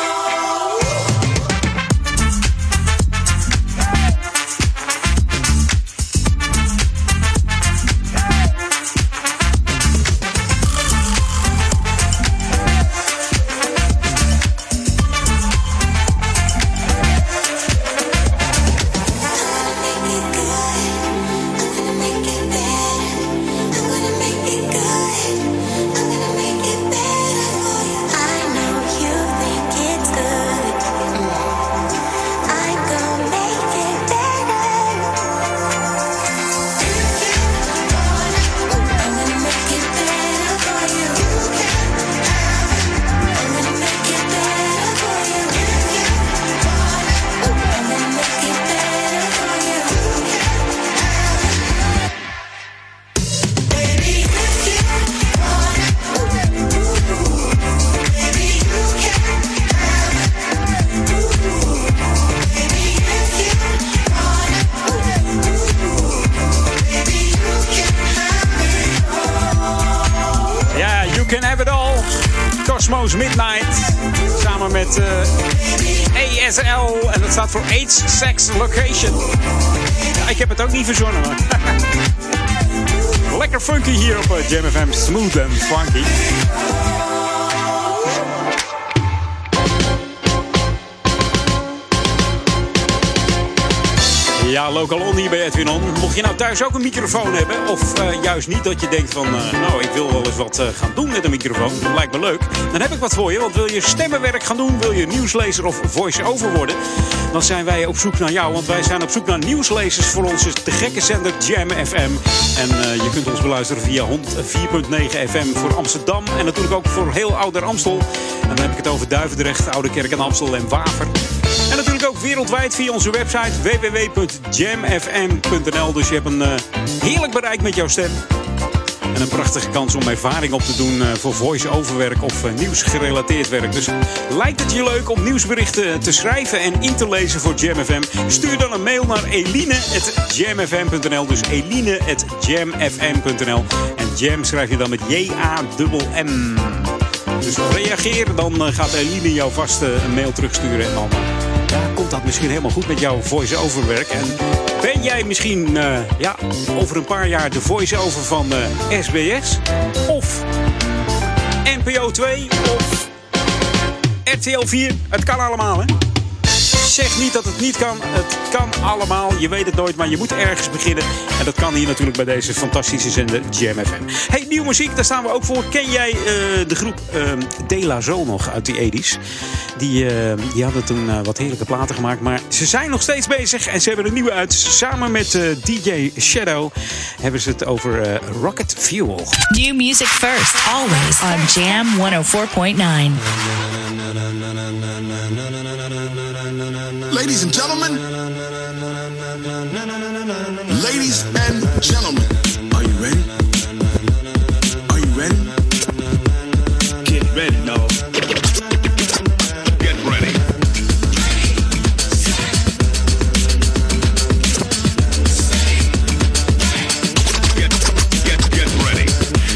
Midnight. Samen met uh, A S L. En dat staat voor Age, Sex, Location. Ja, ik heb het ook niet verzonnen. Lekker funky hier op uh, Jam F M. Smooth and funky. Ja, Local On hier bij Edwin On. Mocht je nou thuis ook een microfoon hebben, of uh, juist niet, dat je denkt van, uh, nou, ik wil wel eens wat uh, gaan doen met een microfoon, dat lijkt me leuk, dan heb ik wat voor je. Want wil je stemmenwerk gaan doen, wil je nieuwslezer of voice-over worden, dan zijn wij op zoek naar jou. Want wij zijn op zoek naar nieuwslezers voor onze te gekke zender Jam F M. En uh, je kunt ons beluisteren via honderd vier komma negen F M voor Amsterdam. En natuurlijk ook voor heel Ouder Amstel. En dan heb ik het over Duivendrecht, Ouderkerk en Amstel en Waver. En natuurlijk ook wereldwijd via onze website w w w punt jam f m punt n l. Dus je hebt een uh, heerlijk bereik met jouw stem. En een prachtige kans om ervaring op te doen uh, voor voice-over werk of uh, nieuwsgerelateerd werk. Dus lijkt het je leuk om nieuwsberichten te schrijven en in te lezen voor Jam F M? Stuur dan een mail naar eline at jam f m punt n l. Dus eline at jam f m punt n l. En Jam schrijf je dan met J A M M. Dus reageer, dan gaat Eline jou vast een mail terugsturen. En dan ja, komt dat misschien helemaal goed met jouw voice-over werk. En ben jij misschien uh, ja, over een paar jaar de voice-over van uh, S B S? Of N P O twee? Of R T L vier? Het kan allemaal, hè? Zeg niet dat het niet kan. Het kan allemaal. Je weet het nooit, maar je moet ergens beginnen. En dat kan hier natuurlijk bij deze fantastische zender Jam F M. Hey, nieuwe muziek, daar staan we ook voor. Ken jij uh, de groep uh, De La Soul nog uit de tachtiger? Die, uh, die hadden toen uh, wat heerlijke platen gemaakt. Maar ze zijn nog steeds bezig en ze hebben een nieuwe uit. Samen met uh, D J Shadow hebben ze het over uh, Rocket Fuel. New music first, always on Jam honderdvier komma negen. Ladies and gentlemen, ladies and gentlemen, are you ready? Are you ready? Get ready, no. Get ready. Get, get, get ready.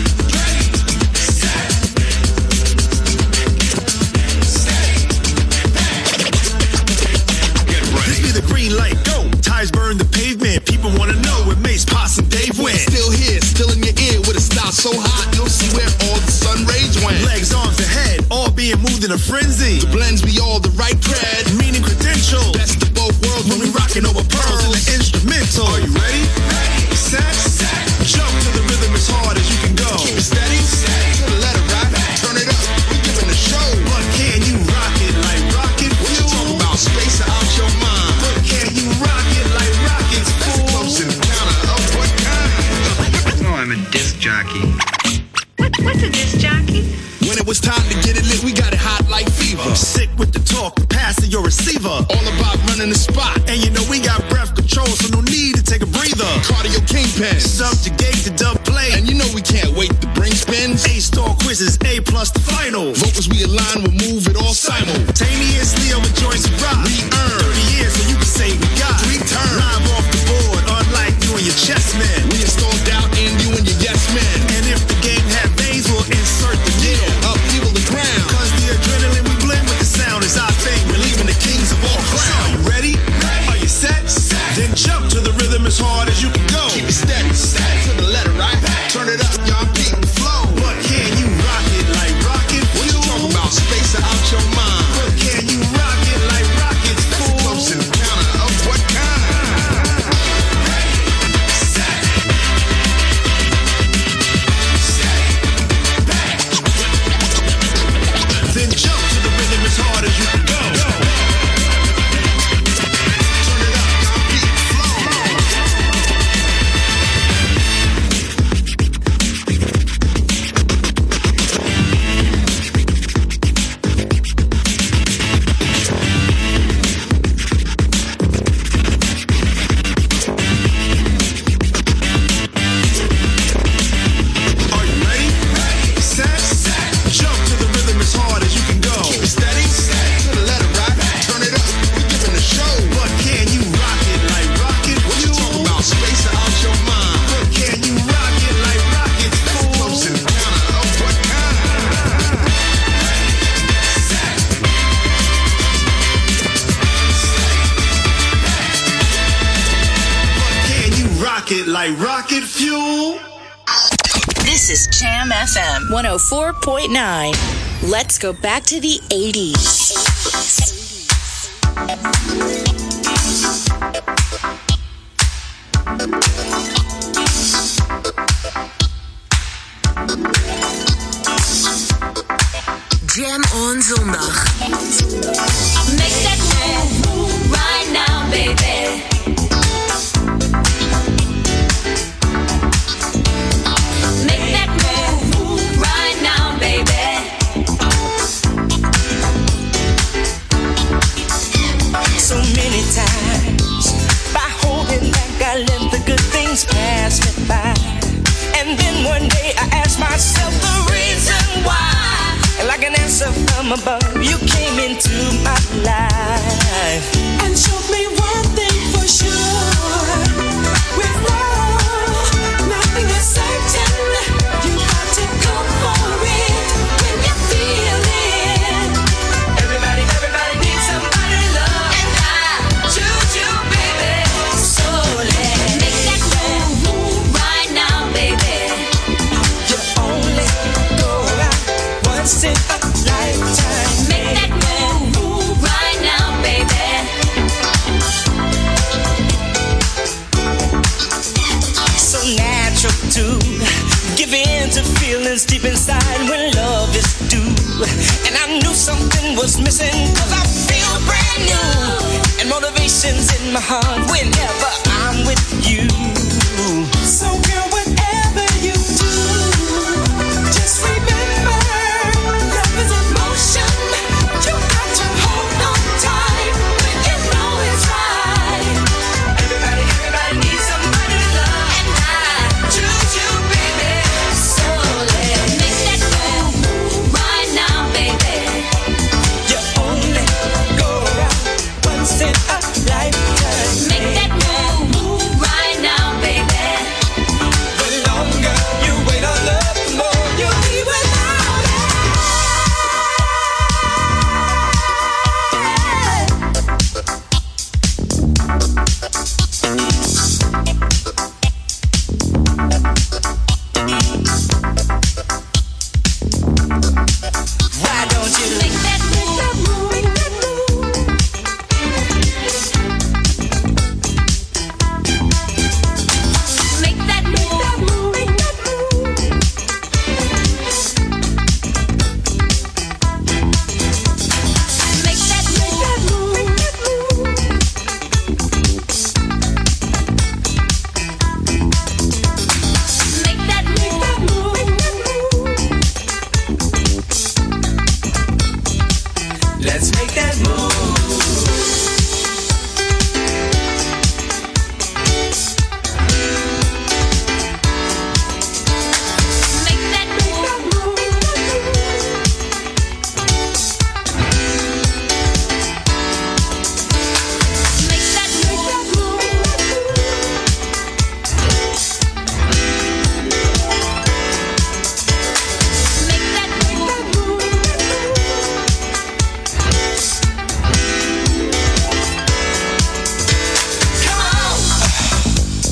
Green light, go. Tires burn the pavement. People wanna know where Mace, Posse, and Dave went. Still here, still in your ear with a style so hot, you'll see where all the sun rays went. Legs, arms, and head, all being moved in a frenzy. The blends be all the right cred, meaning credentials. Best of both worlds when we rockin' over pearls in the instrumental. Are you ready? Ready. Set. Set. Jump to the rhythm as hard as you can go. Keep it steady. Steady. To the letter right. Turn it up. We're giving a show. But can you rock it like rocket? What you talking about? Space out your mind. Can you rock it like rockets, fool? Close encounter of what kind? Oh, I'm a disc jockey. What, what's a disc jockey? When it was time to get it lit, we got it hot like fever. I'm sick with the talk, pass to your receiver. All about running the spot. And you know we got breath control, so no need to take a breather. Cardio kingpin, subjugate the dub play. And you know we can't wait to bring spins. A-star quizzes, A plus the final. Vocals we align, we'll move it all simultaneously over joints and rock. We earn thirty years so you can say we got three turns. Live off the board, unlike you and your chess men. We install doubt in you and your yes men. And if the game had veins, we'll insert the needle. Upheaval the ground. Cause the adrenaline we blend with the sound is our thing. We're leaving the kings of all crowns. Are you ready? ready? Are you set? set? Then jump to the rhythm as hard as you can go. Keep it steady. steady. To the letter, right? Turn it up, y'all beat the flow. But can you rock it like rocket? What you talking about? Space out your mind. But can you rock it like rockets? Fool? Close encounter of what kind? Then jump to the rhythm as hard as you can go. Turn it up, y'all beat the flow. Are you ready? Ready. Set. Set. Jump to the rhythm as hard as you can go. Keep it steady. Steady. To the letter, right? Turn it up. We're giving a show. But can you rock it like rocket? What you talking about? Space out your mind. But can you rock it like rockets? Fool? Close encounter of what kind? But can you rock it like rocket fuel? This is Jam F M one oh four point nine. Let's go back to the eighties. Jam on zondag. Make that move right now, baby. Make that move right now, baby. So many times by holding back, I let the good things pass me by. And then one day myself the reason why. And like an answer from above, you came into my life and showed me one thing for sure. With love, nothing is certain. You got to go for it when you feel it. Everybody, everybody needs somebody to love, and I choose you, baby. So let's make that move right now, baby. You only go around once in a lifetime. Make that move right now, baby. So natural to give in to feelings deep inside when love is due. And I knew something was missing, cause I feel brand new. And motivation's in my heart whenever I'm with you. So girl, whatever you do, just remember, love is emotion. You got to hold on tight when you know it's right. Everybody, everybody needs somebody to love, and I choose you, baby. So let's make that move right now, baby. You only go around once in a lifetime. Make that move right now, baby. The longer you wait on love, the more you'll be without it. Why don't you make that move? Make that move. Make that move. Make that move. Make that move. Make that move. Make that move. Let's make that move. Make that move. Make that move. Make that move. Come on.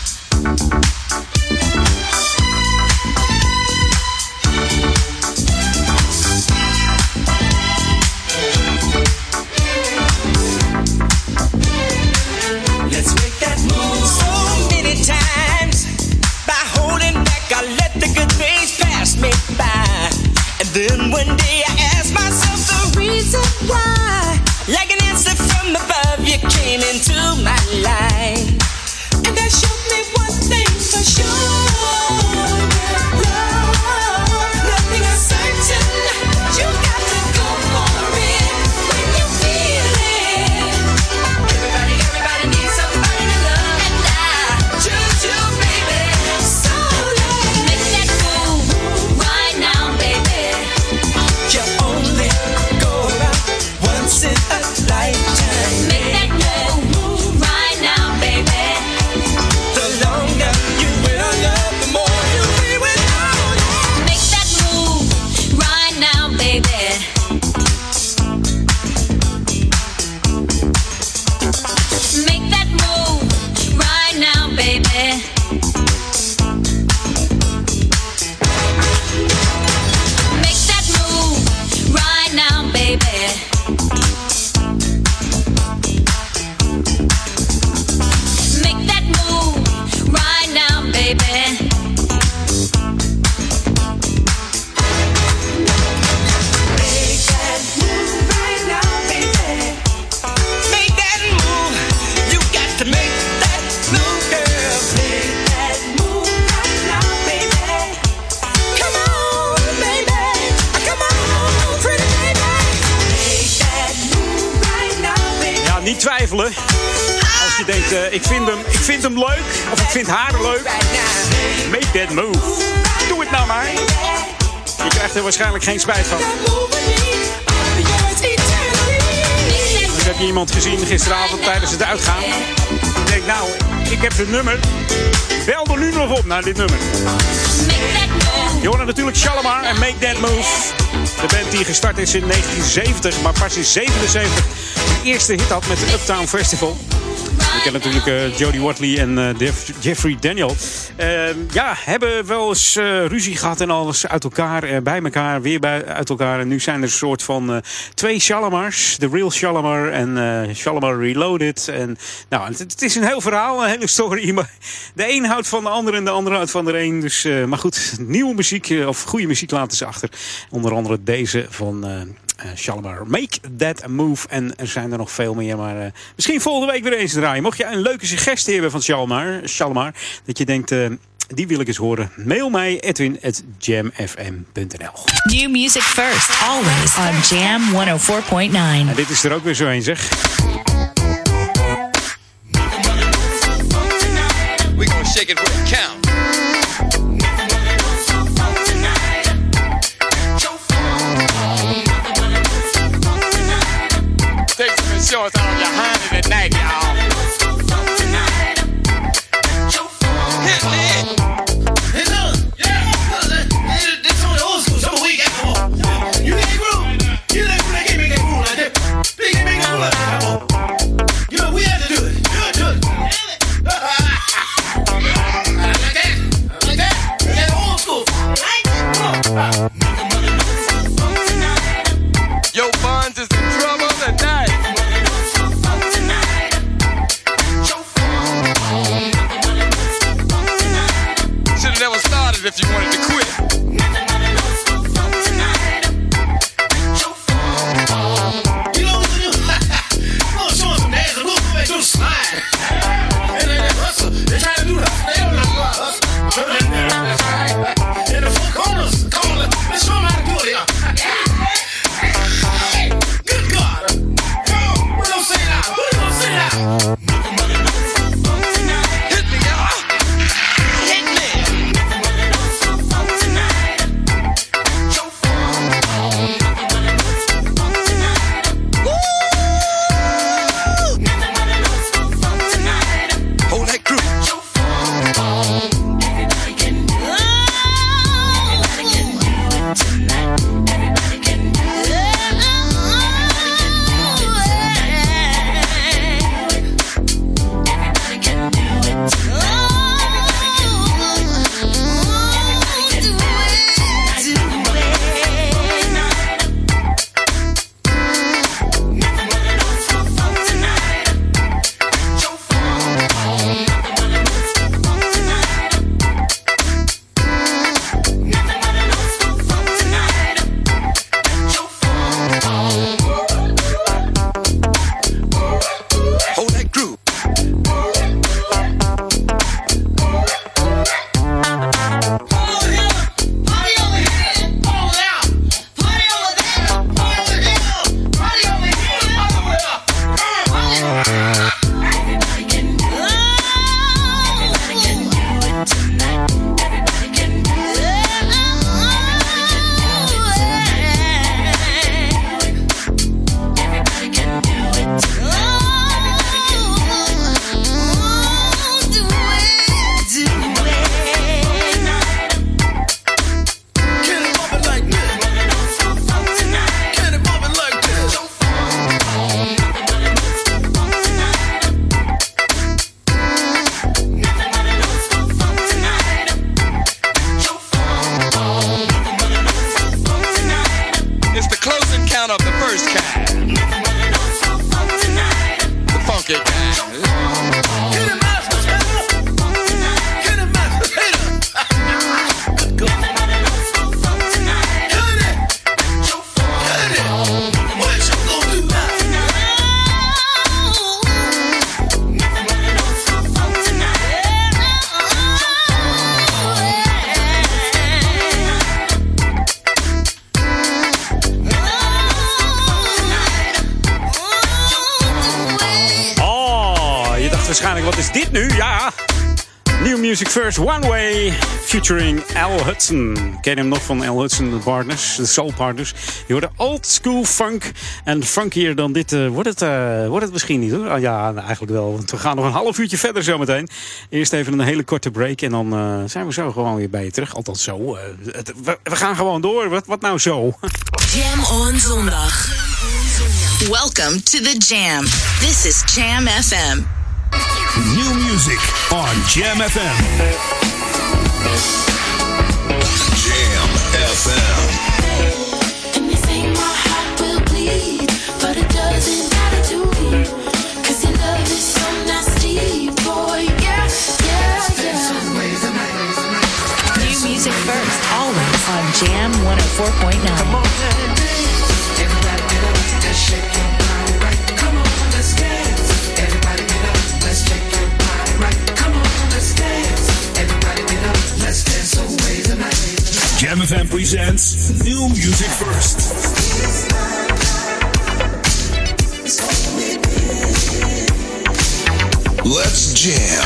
Let's make that move. So many times, by holding back, I let the good things pass me by. And then one day I asked myself the reason why. Like an answer from above, you came into my life. And that showed me one thing for sure. Love, nothing is certain. You got to go for it when you feel it. Everybody, everybody needs somebody to love, and I choose you, baby. So let's make that move right now, baby. You only go around once in a lifetime. Make that move right now, baby. The longer you wait on love, the more you'll be without it. Make that move right now, baby. Make that move right now, baby. Make that move right now, baby. Make that move right now, baby. Make that move right now, baby. Make that move. You got to make that move, girl. Make that move right now, baby. Come on, baby. Come on, pretty baby. Make that move right now, baby. Ja, niet twijfelen. Als je denkt, uh, ik, vind hem, ik vind hem leuk. Of ik vind haar leuk. Make that move. Doe het nou maar. Je krijgt er waarschijnlijk geen spijt van. Dus heb je iemand gezien gisteravond tijdens het uitgaan. Ik denk, nou, ik heb het nummer. Bel er nu nog op naar dit nummer. Je hoort natuurlijk Shalimar en Make That Move. De band die gestart is in negentien zeventig, maar pas in zevenenzeventig de eerste hit had met de Uptown Festival. Je kent natuurlijk uh, Jody Watley en uh, Def- Jeffrey Daniel. Uh, ja, hebben wel eens uh, ruzie gehad en alles uit elkaar, uh, bij elkaar, weer bij, uit elkaar. En nu zijn er een soort van uh, twee Shalimars. De Real Shalimar en uh, Shalimar Reloaded. En, nou, het, het is een heel verhaal, een hele story. Maar de een houdt van de ander en de ander houdt van de een. Dus, uh, maar goed, nieuwe muziek, uh, of goede muziek laten ze achter. Onder andere deze van... Uh, Uh, Shalimar, Make That Move. En er zijn er nog veel meer, maar uh, misschien volgende week weer eens draaien. Mocht je een leuke suggestie hebben van Shalimar, Shalimar dat je denkt, uh, die wil ik eens horen, mail mij edwin at jam f m dot n l. New music first, always on Jam honderdvier komma negen. En dit is er ook weer zo een, zeg. We gonna shake it where it count. Take some insurance out on your honey tonight, y'all. Hit me. Hey, look. Yeah. This on the old school. Some week after. You ain't groove. You ain't groove. They can't make that groove like that. They can't make that groove like that. You know, we had to do it. Do it, do it. Like that. Like that. That old school. Right? Come on. Yo, Bonds is in trouble tonight. Should've never started if you wanted to quit. You know what to do? I'm gonna show them some dance and we'll go back to the slide. And then that hustle, they're trying to do the hustle. They don't know how to hustle. In the four corners, come on, let's show them how to do it here. Good God. What don't say now? What don't say now? Hit me, y'all. Hit me. is dit nu? Ja. New Music First, One Way, featuring Al Hudson. Ken je hem nog van Al Hudson, de Partners, de Soul Partners. Je hoort old school funk. En funkier dan dit uh, wordt, het, uh, wordt het misschien niet, hoor. Oh, ja, nou, eigenlijk wel. Want we gaan nog een half uurtje verder zometeen. Eerst even een hele korte break. En dan uh, zijn we zo gewoon weer bij je terug. Althans zo. Uh, het, we, we gaan gewoon door. Wat, wat nou zo? Jam on zondag. Welcome to the Jam. This is Jam F M. New music on Jam F M. Jam F M. And they say my heart will bleed, but it doesn't matter to me, 'cause your love is so nasty, boy. Yeah, yeah, yeah. New music first, always on Jam one oh four point nine. Come on, everybody get up and shake your body right. Come on, let's dance. Everybody get up, let's shake your body right. Come on, let's dance. Everybody get up, let's dance away the night. Jam F M presents New Music First. Let's jam.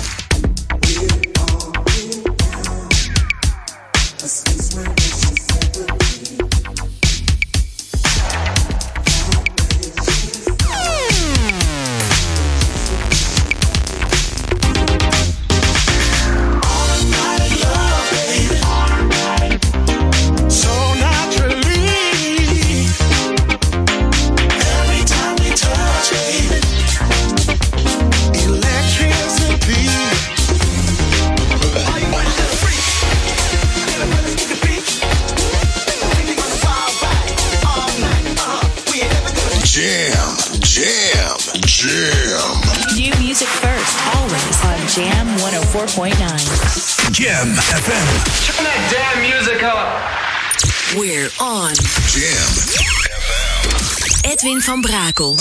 Jam one oh four point nine. Jam F M. Turn that damn music up. We're on. Jam F M. Edwin van Brakel.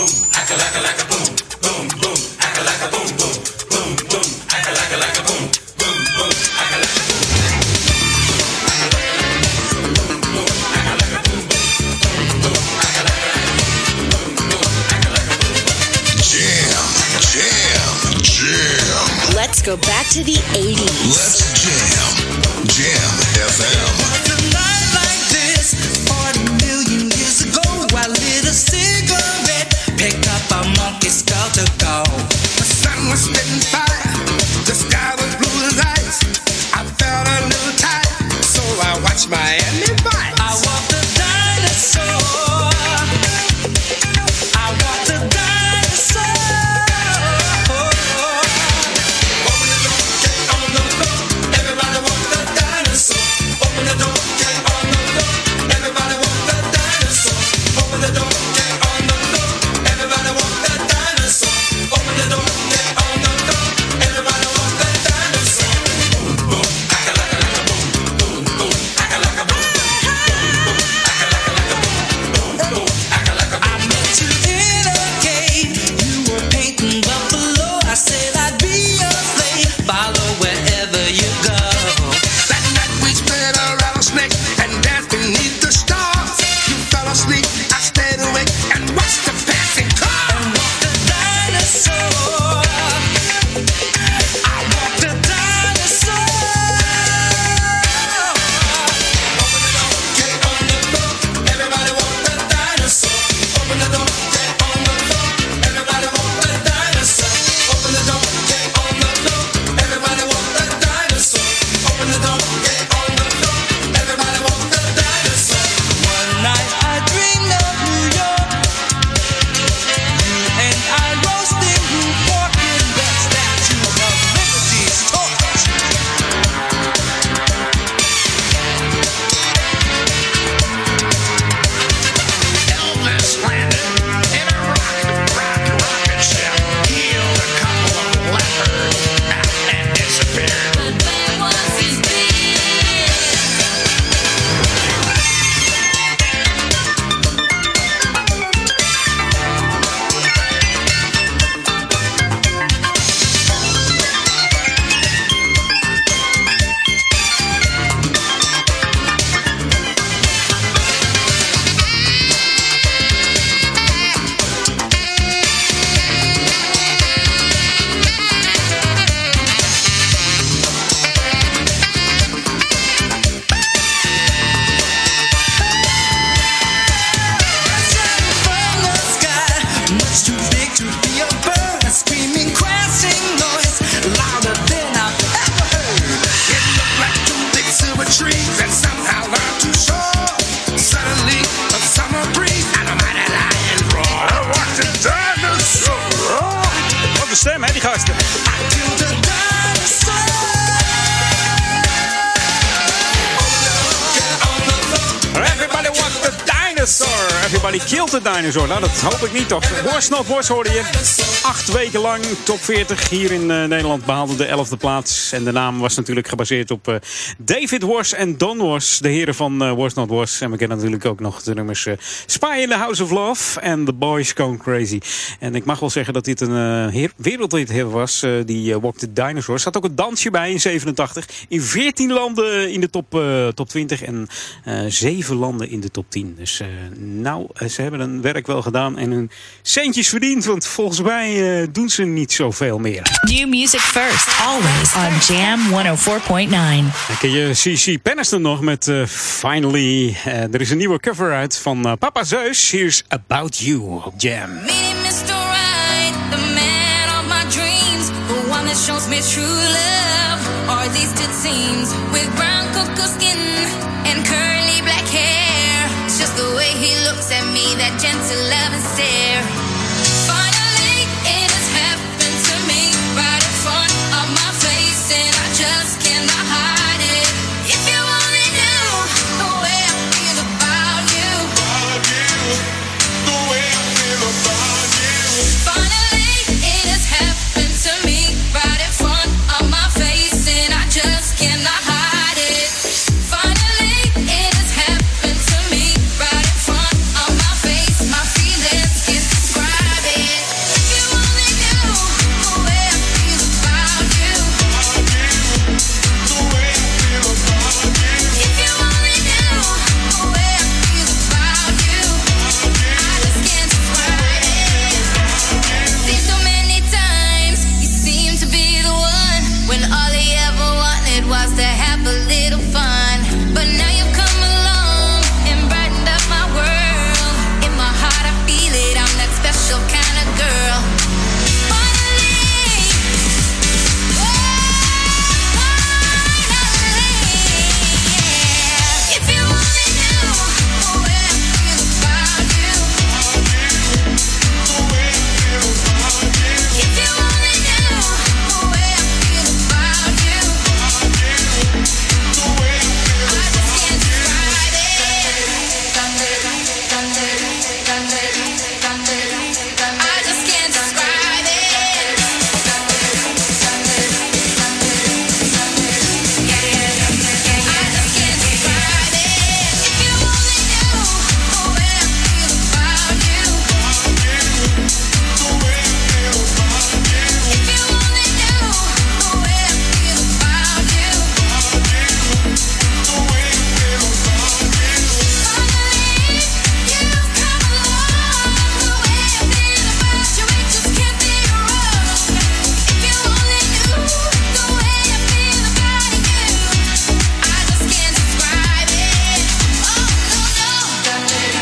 Let's go back to the eighties. Let's jam. Jam F M. A night like this, forty million years ago, I lit a cigarette, picked up a monkey skull to go. The sun was spitting fire, the sky was blue as ice. I felt a little tired, so I watched Miami Vice. I walked the dinosaur. I walked the dinosaur. Everybody Killed the Dinosaur. Nou, dat hoop ik niet toch. Was Not Was hoorde je. Acht weken lang top veertig hier in uh, Nederland. Behaalde de elfde plaats. En de naam was natuurlijk gebaseerd op uh, David Was en Don Was. De heren van uh, Was Not Was. En we kennen natuurlijk ook nog de nummers uh, Spy in the House of Love en The Boys Gone Crazy. En ik mag wel zeggen dat dit een uh, wereldhit was. Uh, die uh, Walk the Dinosaur. Er zat ook een dansje bij in zevenentachtig. In veertien landen in de top, uh, top twintig. En uh, zeven landen in de top tien. Dus uh, nou, ze hebben hun werk wel gedaan. En hun centjes verdiend. Want volgens mij uh, doen ze niet zoveel meer. New music first, always on Jam honderdvier komma negen. Dan ken je C C Penniston nog met uh, Finally. Uh, er is een nieuwe cover uit van uh, Papa Zeus. Here's About You op Jam. mister Right, the man of my dreams, the one that shows me true love, or at least it seems, with brown cocoa skin and curly black hair. It's just the way he looks at me, that gentle love and stare. Finally, it has happened to me, right in front of my face, and I just cannot hide it. If you only knew the way I feel about you, about you, the way I feel about you. Finally, it has happened to me, right in front of my face, and I just cannot hide it. Finally, it has happened to me, right in front of my face. My feelings can't describe it. If you only knew the way I feel about you, the way I feel about you. If you only knew the way I feel about you, I just can't describe it. See, so many times you seem to be the one, when all he ever wanted was to have a little fun. But now you've come along and brightened up my world. In my heart I feel it, I'm that special kind of girl. Finally, oh, finally, yeah. If you only knew the way I feel about you, the way I feel about you. If you only knew the way I feel about you, the way I feel about you. I just can't describe it. I just can't describe it. I just can't describe it. If you only knew the way I feel about you, the way I feel about you. If you only knew the way I feel about you, the way I feel about you. Finally, you've come along. The way I feel about you, it just can't be wrong. If you only knew the way I feel about you, I just can't describe it. Oh no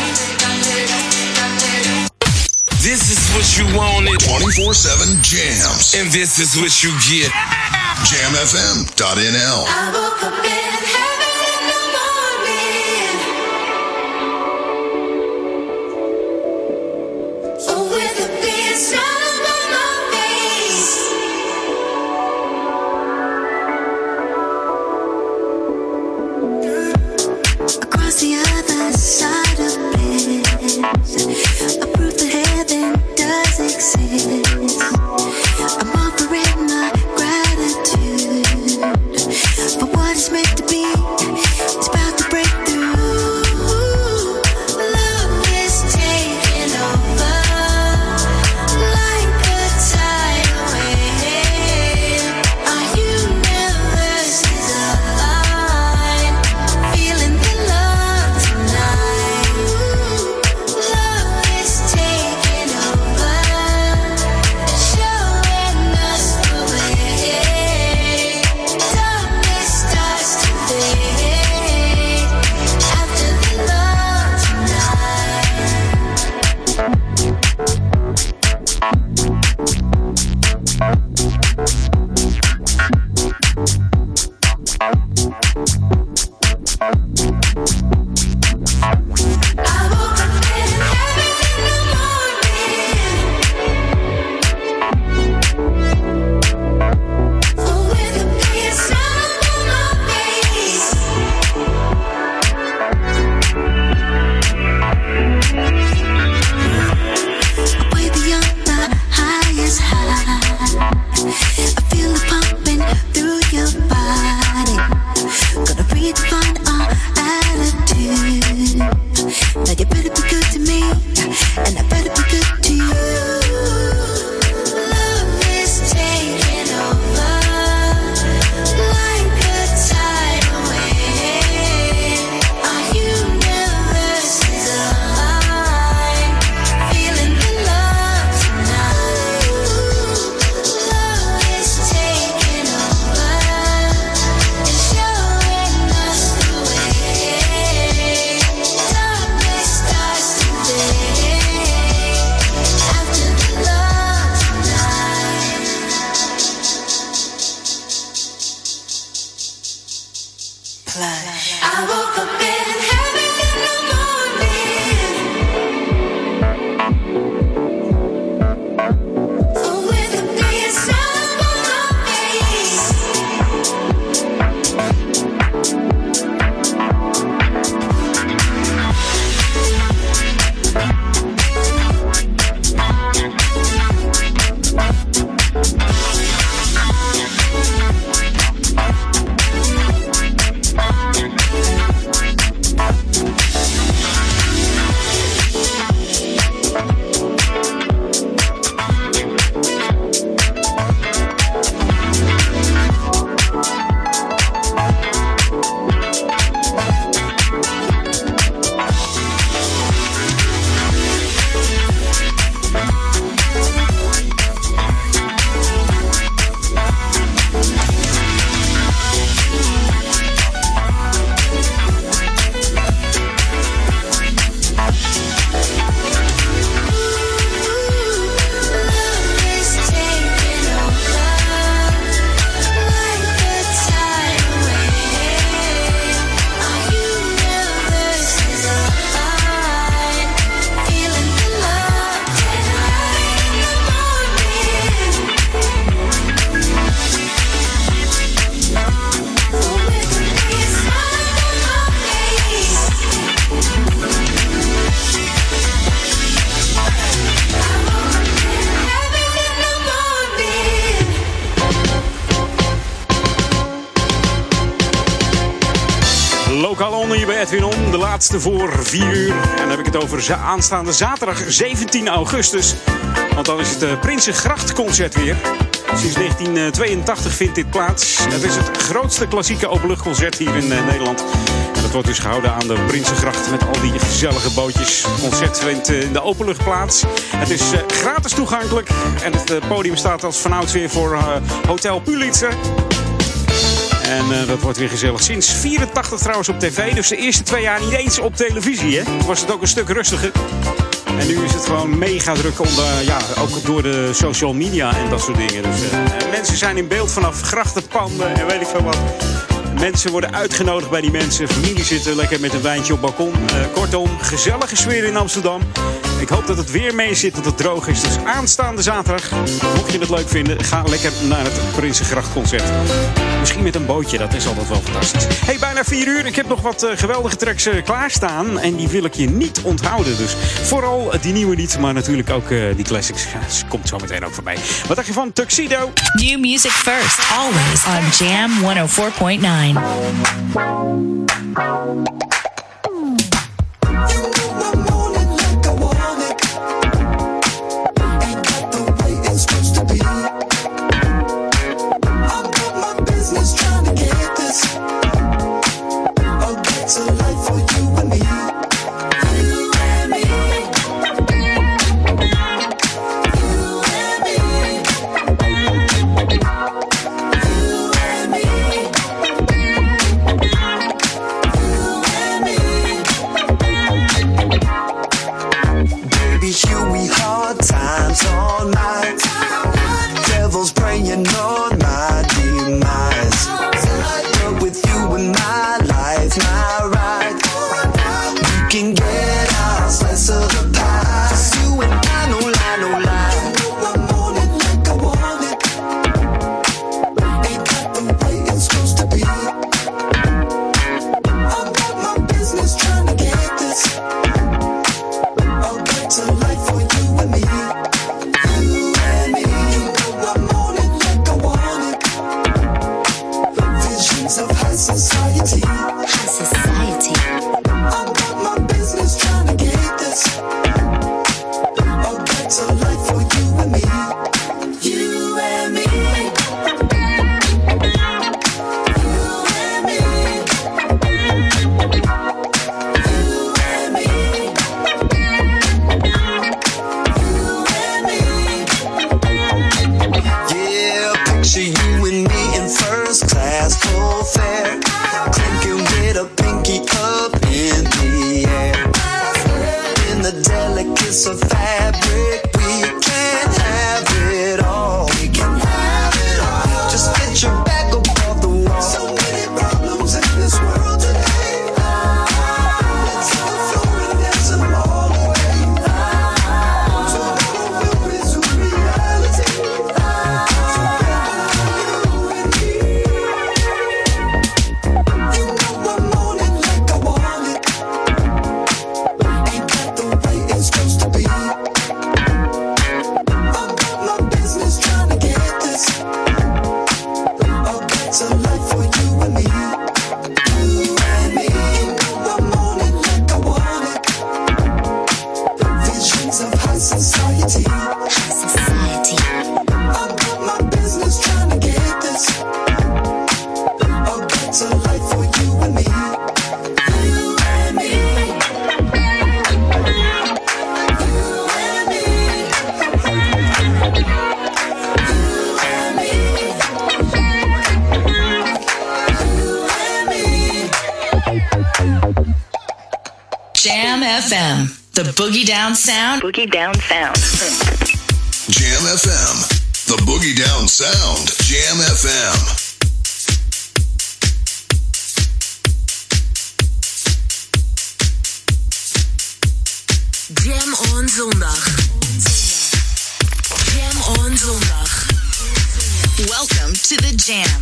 no. This is what you wanted. twenty-four seven Jams. And this is what you get. jam f m dot n l. I woke up in heaven in the morning. Oh, with a big smile on my face. Across the other side of bliss, a proof that heaven does exist. I'm offering my gratitude for what is meant Plush. I woke up in heaven in the morning. Oh, with a big smile on my face. Lokaal onder hier bij Edwin On, de laatste voor vier uur. En dan heb ik het over za- aanstaande zaterdag zeventien augustus. Want dan is het uh, Prinsengrachtconcert weer. Sinds negentien tweeëntachtig vindt dit plaats. Het is het grootste klassieke openluchtconcert hier in uh, Nederland. En dat wordt dus gehouden aan de Prinsengracht met al die gezellige bootjes. Het concert vindt uh, in de openlucht plaats. Het is uh, gratis toegankelijk. En het uh, podium staat als vanouds weer voor uh, Hotel Pulitzer. En uh, dat wordt weer gezellig. Sinds vierentachtig trouwens op tv. Dus de eerste twee jaar niet eens op televisie. Hè? Toen was het ook een stuk rustiger. En nu is het gewoon mega druk onder, ja, ook door de social media en dat soort dingen. Dus uh, mensen zijn in beeld vanaf grachtenpanden en weet ik veel wat. Mensen worden uitgenodigd bij die mensen. Familie zitten lekker met een wijntje op het balkon. Uh, kortom, gezellige sfeer in Amsterdam. Ik hoop dat het weer mee zit, dat het droog is. Dus aanstaande zaterdag, mocht je het leuk vinden, ga lekker naar het Prinsengrachtconcert. Misschien met een bootje, dat is altijd wel fantastisch. Hey, bijna vier uur. Ik heb nog wat uh, geweldige tracks uh, klaarstaan. En die wil ik je niet onthouden. Dus vooral uh, die nieuwe niet, maar natuurlijk ook uh, die classics. Ja, komt zo meteen ook voorbij. Wat dacht je van Tuxedo? New music first, always on Jam honderdvier komma negen. This world Jam F M, the Boogie Down Sound. Boogie Down Sound. Jam F M, the Boogie Down Sound. Jam F M. Jam on zondag. Jam on zondag. Welcome to the Jam.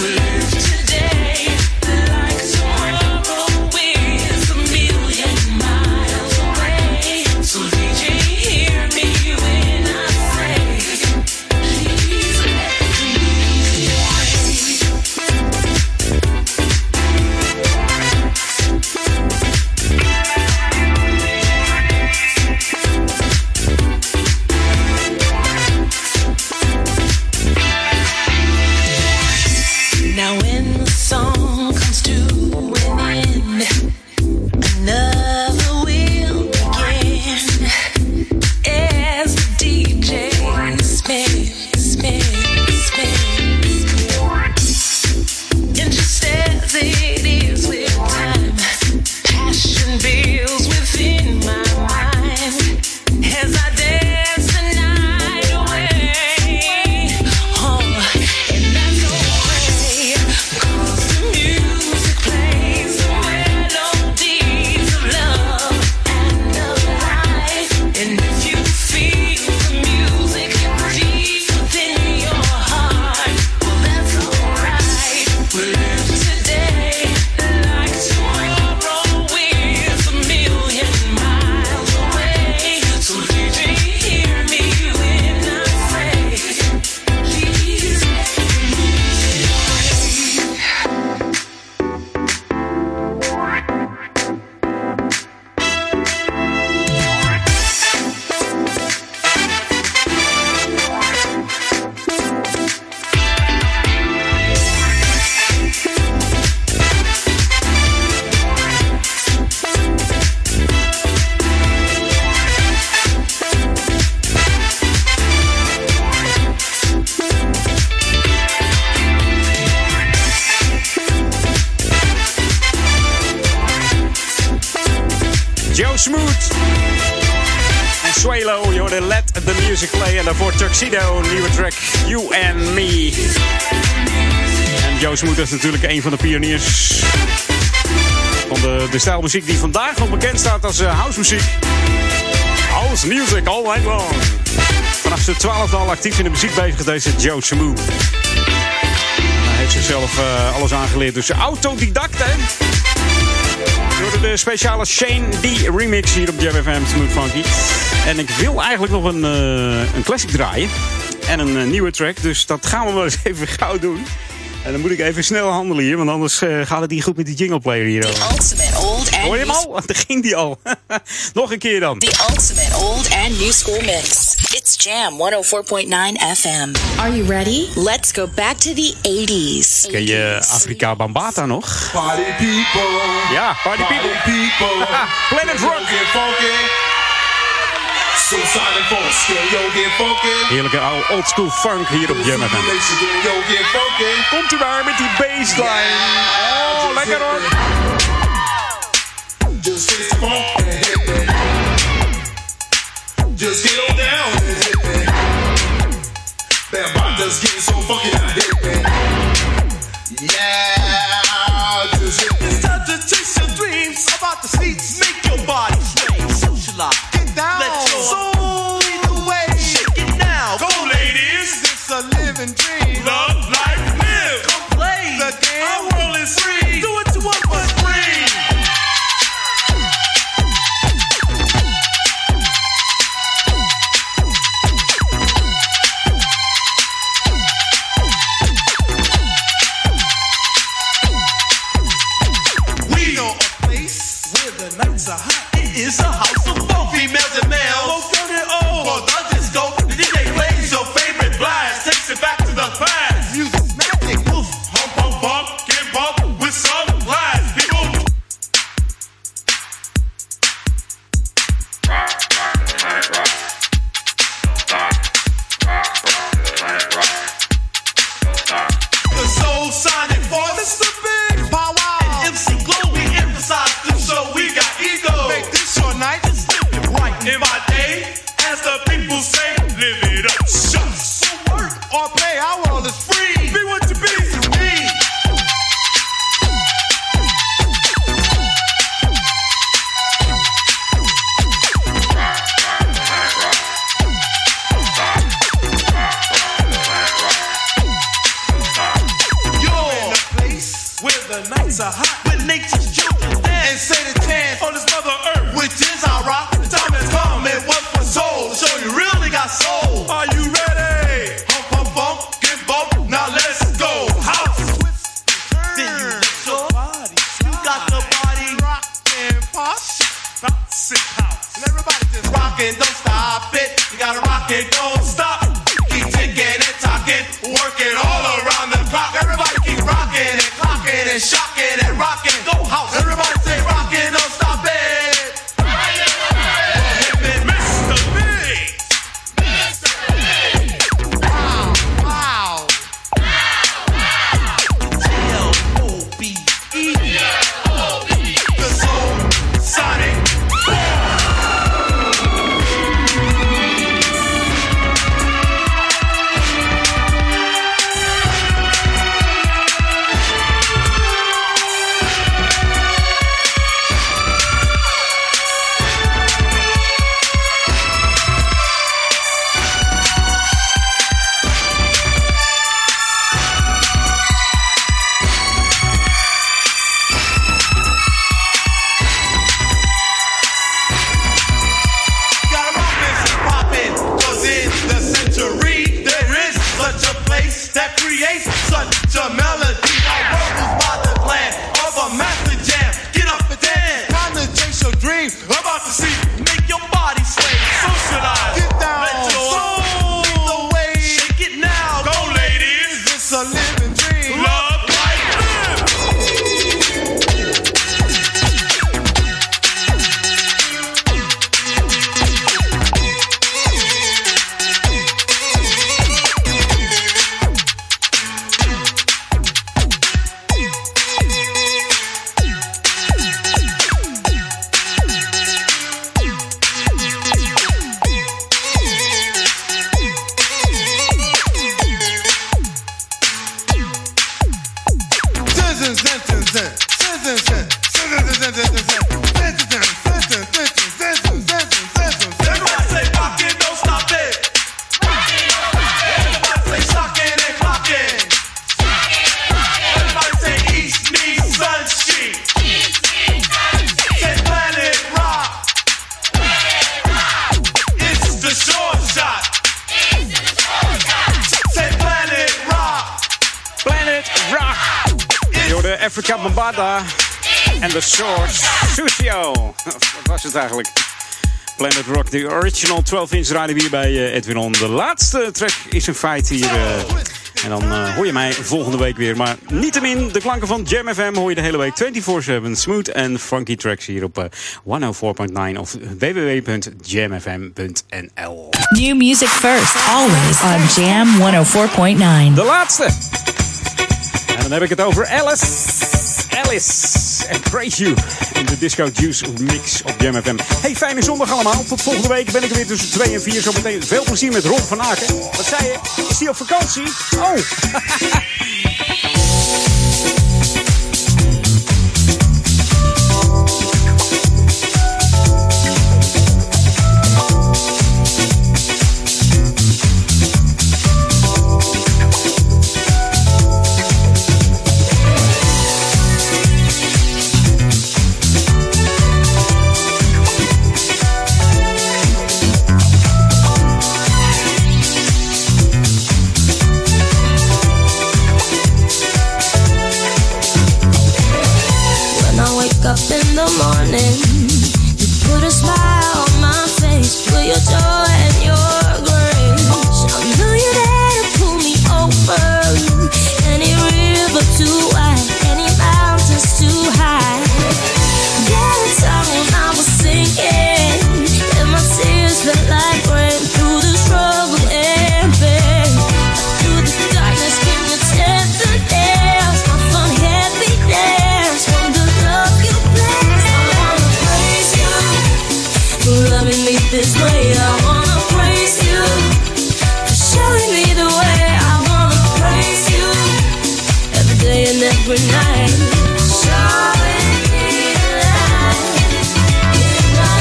Today, like tomorrow, with a million miles. Joe Smooth. En Swalo, je hoorde Let the Music Play. En daarvoor Tuxedo, nieuwe track You and Me. En Joe Smooth is natuurlijk een van de pioniers van de, de stijlmuziek die vandaag nog bekend staat als uh, housemuziek. House music all night long. Vanaf zijn twaalfde al actief in de muziek bezig, deze Joe Smooth. Hij heeft zichzelf uh, alles aangeleerd, dus autodidact, hè? Door de speciale Shane D remix hier op Jam F M, Smooth Funky. En ik wil eigenlijk nog een, uh, een classic draaien. En een uh, nieuwe track, dus dat gaan we wel eens even gauw doen. En dan moet ik even snel handelen hier, want anders uh, gaat het niet goed met die jingle player hier. The ultimate old and Hoor je hem al? Daar ging die al. Nog een keer dan. The ultimate old and new school mix. It's Jam honderdvier komma negen F M. Are you ready? Let's go back to the eighties. Ken je Afrika Bambaataa nog? Party people. Ja, party, party people. people. Planet Rock. Get funky. So Sonic Funk, yo, get funky. Heerlijke oude oldschool funk hier op Jam F M. Yo, get funky. Komt u maar met die bassline. Oh, lekker hoor. Just hit the funk and hit me. Just get on down and hit me. That bot just getting so funky now, hit me. Yeah, just hit me. It's time to chase your dreams about the seats. Make your body sway, socialize. Get down. Let your soul lead the way. Shake it now. Go, ladies. It's a living dream. Love, life, live. Come play the game. Our world is free. Do what you want, but free. We know a place where the nights are hot. It is a house of funk. Females and males. Both young and old. For the disco, the D J plays your favorite blast. Takes it back to the past. Music's magic. Woof, hump, hump, bump, get bump with some blast. People. Rock, rock, let it rock. Stop. Rock, rock, let it rock. Stop. The Soul Sonic Force. Mister Big Power. And M C Glow, we emphasize this show. We got ego. Make this your night. Just live it right. In my day, as the people say, live it up. Shucks. So work or play, our world is free. Be what you be. Me. You're in a place Where the nights are hot, with nature's children dance and say the chance. on this mother earth, which is our rock. The time has come, it was for soul. To show you really got soul. Are you ready? Hump, hump, bump, get bump. Now let's go. House. Then you let your body. You got the body Rock and pop. bounce it house. And everybody just rock. Rockin', don't stop it. You gotta rock it, don't stop. Keep ticking and talking, working all around the clock. Everybody keep rocking and clocking and shocking and rocking. Go house. Everybody say rockin', don't stop it. Hip it, Mister Big. Wow. L O B E. The Soul Sonic. Afrika Bambaataa en The Source. Susio. Wat was het eigenlijk? Planet Rock, de original twaalf inch radio hier bij uh, Edwin On. De laatste track is een feit hier. Uh, en dan uh, hoor je mij volgende week weer. Maar niettemin, de klanken van Jam F M hoor je de hele week vierentwintig zeven. Smooth en funky tracks hier op uh, honderdvier komma negen of w w w punt jam f m punt n l. New music first, always on Jam honderdvier komma negen. De laatste. En dan heb ik het over Alice. Alice en Praise You in de Disco Juice mix op Jam F M. Hey, fijne zondag allemaal. Tot volgende week ben ik er weer tussen twee en vier. Zometeen veel plezier met Ron van Aken. Wat zei je? Is die op vakantie? Oh! Up in the morning, you put a smile on my face, put your joy and your grace. I know you're there to pull me over. Any river too wide, any mountains too high. Yeah, the time when I was sinking, and my tears felt like rain through the struggle and pain. Through the darkness came the tender dance, my fun happy dance from the love you. Loving me this way, I wanna praise you for showing me the way. I wanna praise you every day and every night. Showing me the light in my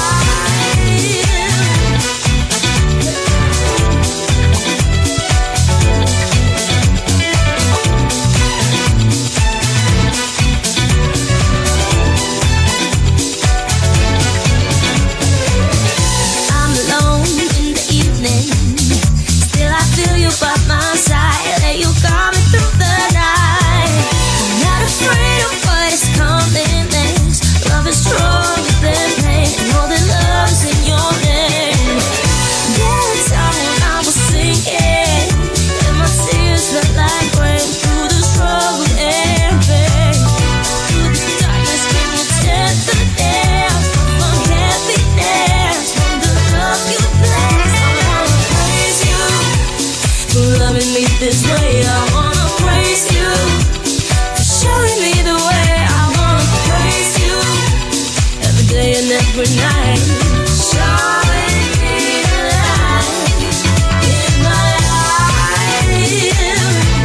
by my side, let you guide me through the night. I'm not afraid of what is coming next. Love is stronger than pain, and all the love's in your name. Yeah, the time when I was sinking, and my tears felt like rain through the struggle and pain. Through the darkness came your tender dance, my happy dance from the love you blessed. I wanna praise you for loving me this way. I wanna praise you for showing me the way. I wanna praise you every day and every night. Showing me the light in my eyes.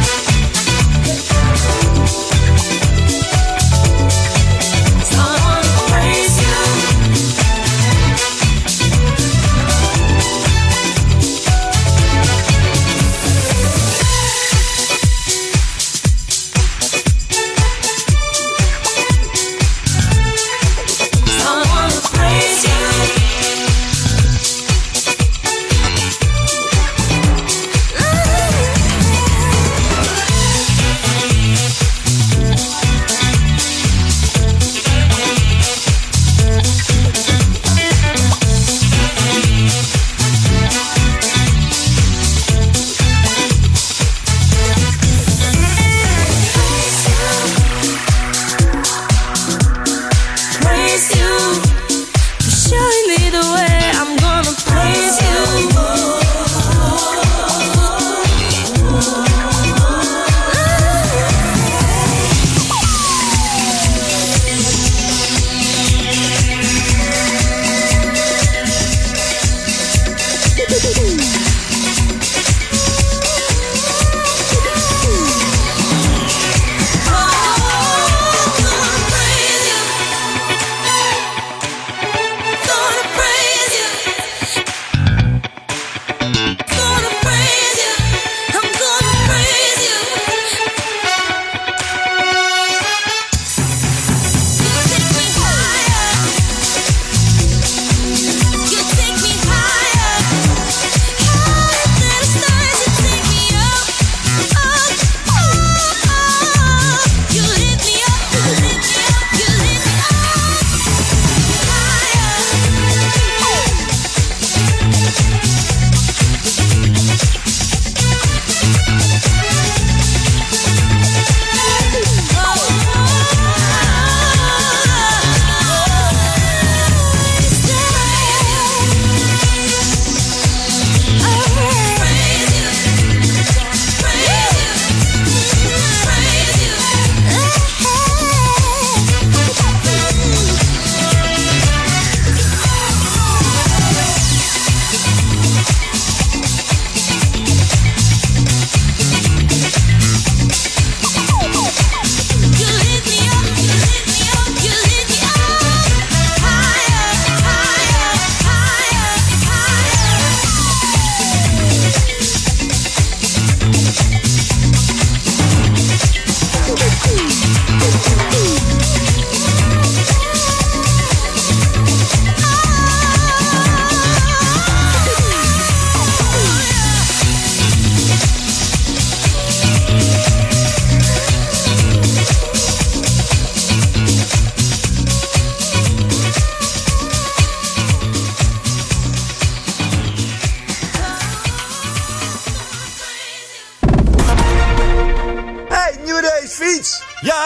So I wanna praise you. I wanna praise you.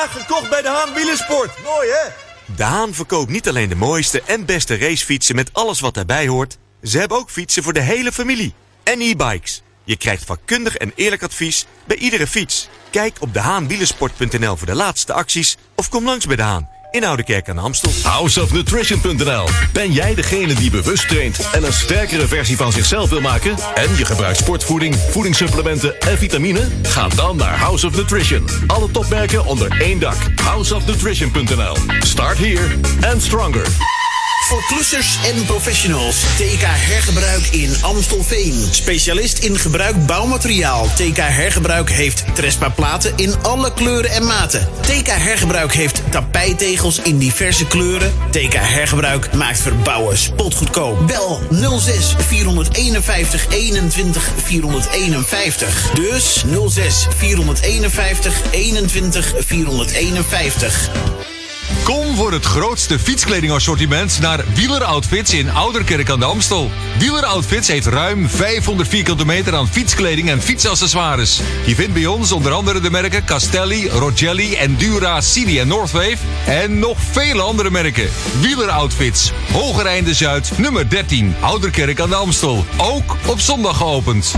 Ja, gekocht bij de Haan Wielersport. Mooi, hè? De Haan verkoopt niet alleen de mooiste en beste racefietsen met alles wat daarbij hoort. Ze hebben ook fietsen voor de hele familie. En e-bikes. Je krijgt vakkundig en eerlijk advies bij iedere fiets. Kijk op de haan wielersport punt n l voor de laatste acties of kom langs bij de Haan in Oudekerk aan de Amstel. house of nutrition punt n l. Ben jij degene die bewust traint en een sterkere versie van zichzelf wil maken? En je gebruikt sportvoeding, voedingssupplementen en vitamine? Ga dan naar House of Nutrition. Alle topmerken onder één dak. house of nutrition punt n l. Start here and stronger. Voor klussers en professionals. T K Hergebruik in Amstelveen. Specialist in gebruik bouwmateriaal. T K Hergebruik heeft Trespa platen in alle kleuren en maten. T K Hergebruik heeft tapijtegels in diverse kleuren. T K Hergebruik maakt verbouwen spotgoedkoop. Bel nul zes vierhonderdeenenvijftig eenentwintig vierhonderdeenenvijftig. Dus nul zes vierhonderdeenenvijftig eenentwintig vierhonderdeenenvijftig. Kom voor het grootste fietskledingassortiment naar Wieler Outfits in Ouderkerk aan de Amstel. Wieler Outfits heeft ruim vijfhonderd vierkante meter aan fietskleding en fietsaccessoires. Je vindt bij ons onder andere de merken Castelli, Rogelli, Endura, Cini en Northwave. En nog vele andere merken. Wieler Outfits, Hogereinde Zuid, nummer dertien, Ouderkerk aan de Amstel. Ook op zondag geopend.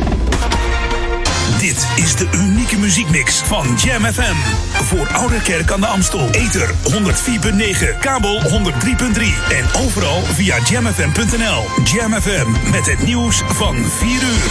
Dit is de unieke muziekmix van Jam F M. Voor Ouderkerk aan de Amstel. Ether honderd vier komma negen, kabel honderd drie komma drie. En overal via jam f m punt n l. Jam F M met het nieuws van vier uur.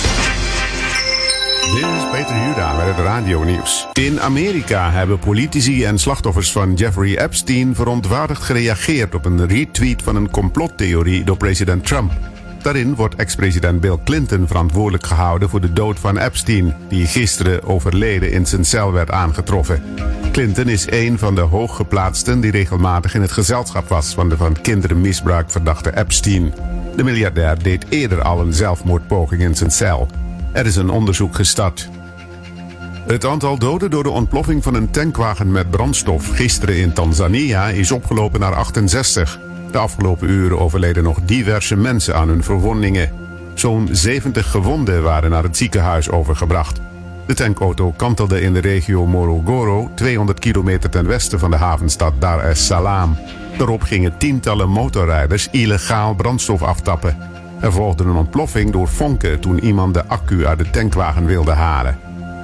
Dit is Peter Juda met het radionieuws. In Amerika hebben politici en slachtoffers van Jeffrey Epstein verontwaardigd gereageerd op een retweet van een complottheorie door president Trump. Daarin wordt ex-president Bill Clinton verantwoordelijk gehouden voor de dood van Epstein, die gisteren overleden in zijn cel werd aangetroffen. Clinton is een van de hooggeplaatsten die regelmatig in het gezelschap was van de van kindermisbruik verdachte Epstein. De miljardair deed eerder al een zelfmoordpoging in zijn cel. Er is een onderzoek gestart. Het aantal doden door de ontploffing van een tankwagen met brandstof gisteren in Tanzania is opgelopen naar achtenzestig. De afgelopen uren overleden nog diverse mensen aan hun verwondingen. Zo'n zeventig gewonden waren naar het ziekenhuis overgebracht. De tankauto kantelde in de regio Morogoro, tweehonderd kilometer ten westen van de havenstad Dar es Salaam. Daarop gingen tientallen motorrijders illegaal brandstof aftappen. Er volgde een ontploffing door vonken toen iemand de accu uit de tankwagen wilde halen.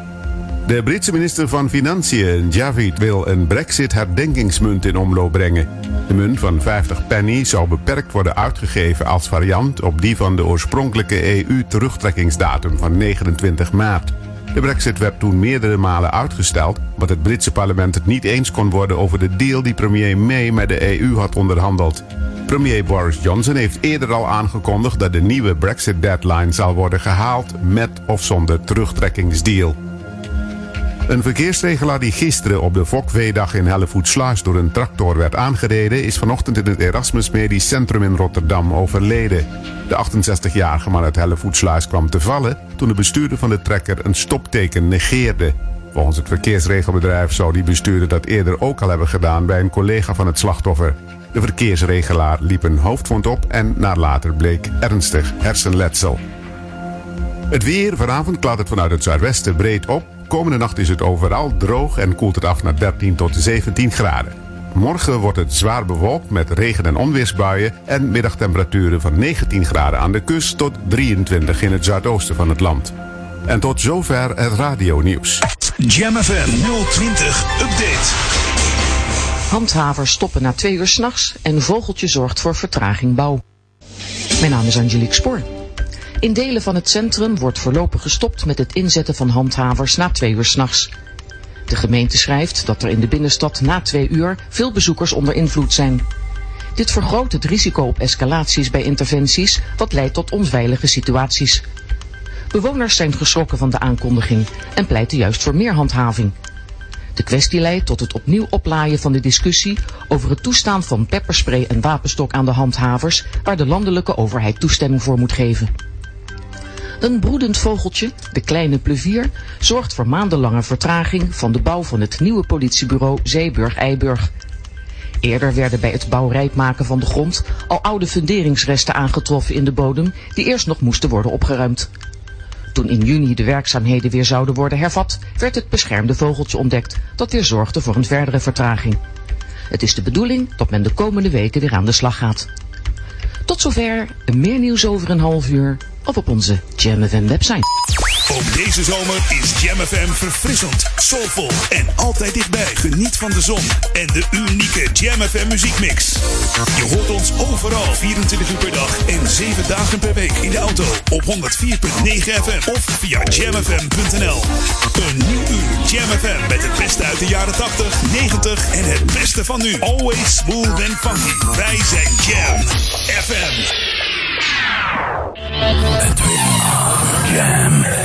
De Britse minister van Financiën, Javid, wil een Brexit-herdenkingsmunt in omloop brengen. De munt van vijftig penny zou beperkt worden uitgegeven als variant op die van de oorspronkelijke E U-terugtrekkingsdatum van negenentwintig maart. De Brexit werd toen meerdere malen uitgesteld, omdat het Britse parlement het niet eens kon worden over de deal die premier May met de E U had onderhandeld. Premier Boris Johnson heeft eerder al aangekondigd dat de nieuwe Brexit-deadline zal worden gehaald met of zonder terugtrekkingsdeal. Een verkeersregelaar die gisteren op de Fokweedag in Hellevoetsluis door een tractor werd aangereden is vanochtend in het Erasmus Medisch Centrum in Rotterdam overleden. De achtenzestigjarige man uit Hellevoetsluis kwam te vallen toen de bestuurder van de trekker een stopteken negeerde. Volgens het verkeersregelbedrijf zou die bestuurder dat eerder ook al hebben gedaan bij een collega van het slachtoffer. De verkeersregelaar liep een hoofdwond op en naar later bleek ernstig hersenletsel. Het weer, vanavond klaart het vanuit het zuidwesten breed op. Komende nacht is het overal droog en koelt het af naar dertien tot zeventien graden. Morgen wordt het zwaar bewolkt met regen- en onweersbuien en middagtemperaturen van negentien graden aan de kust tot drieëntwintig in het zuidoosten van het land. En tot zover het radionieuws. Jam F M nul twintig Update. Handhavers stoppen na twee uur 's nachts en vogeltje zorgt voor vertraging bouw. Mijn naam is Angelique Spoor. In delen van het centrum wordt voorlopig gestopt met het inzetten van handhavers na twee uur 's nachts. De gemeente schrijft dat er in de binnenstad na twee uur veel bezoekers onder invloed zijn. Dit vergroot het risico op escalaties bij interventies, wat leidt tot onveilige situaties. Bewoners zijn geschrokken van de aankondiging en pleiten juist voor meer handhaving. De kwestie leidt tot het opnieuw oplaaien van de discussie over het toestaan van pepperspray en wapenstok aan de handhavers, waar de landelijke overheid toestemming voor moet geven. Een broedend vogeltje, de kleine plevier, zorgt voor maandenlange vertraging van de bouw van het nieuwe politiebureau Zeeburg-Eiburg. Eerder werden bij het bouwrijp maken van de grond al oude funderingsresten aangetroffen in de bodem die eerst nog moesten worden opgeruimd. Toen in juni de werkzaamheden weer zouden worden hervat, werd het beschermde vogeltje ontdekt dat weer zorgde voor een verdere vertraging. Het is de bedoeling dat men de komende weken weer aan de slag gaat. Tot zover, meer nieuws over een half uur of op onze Jam F M website. Ook deze zomer is Jam F M verfrissend, soulvol en altijd dichtbij. Geniet van de zon en de unieke Jam F M muziekmix. Je hoort ons overal, vierentwintig uur per dag en zeven dagen per week. In de auto op honderd vier komma negen F M of via jam f m punt n l. Een nieuw uur Jam F M met het beste uit de jaren tachtig, negentig en het beste van nu. Always smooth and funky. Wij zijn Jam F M. Jam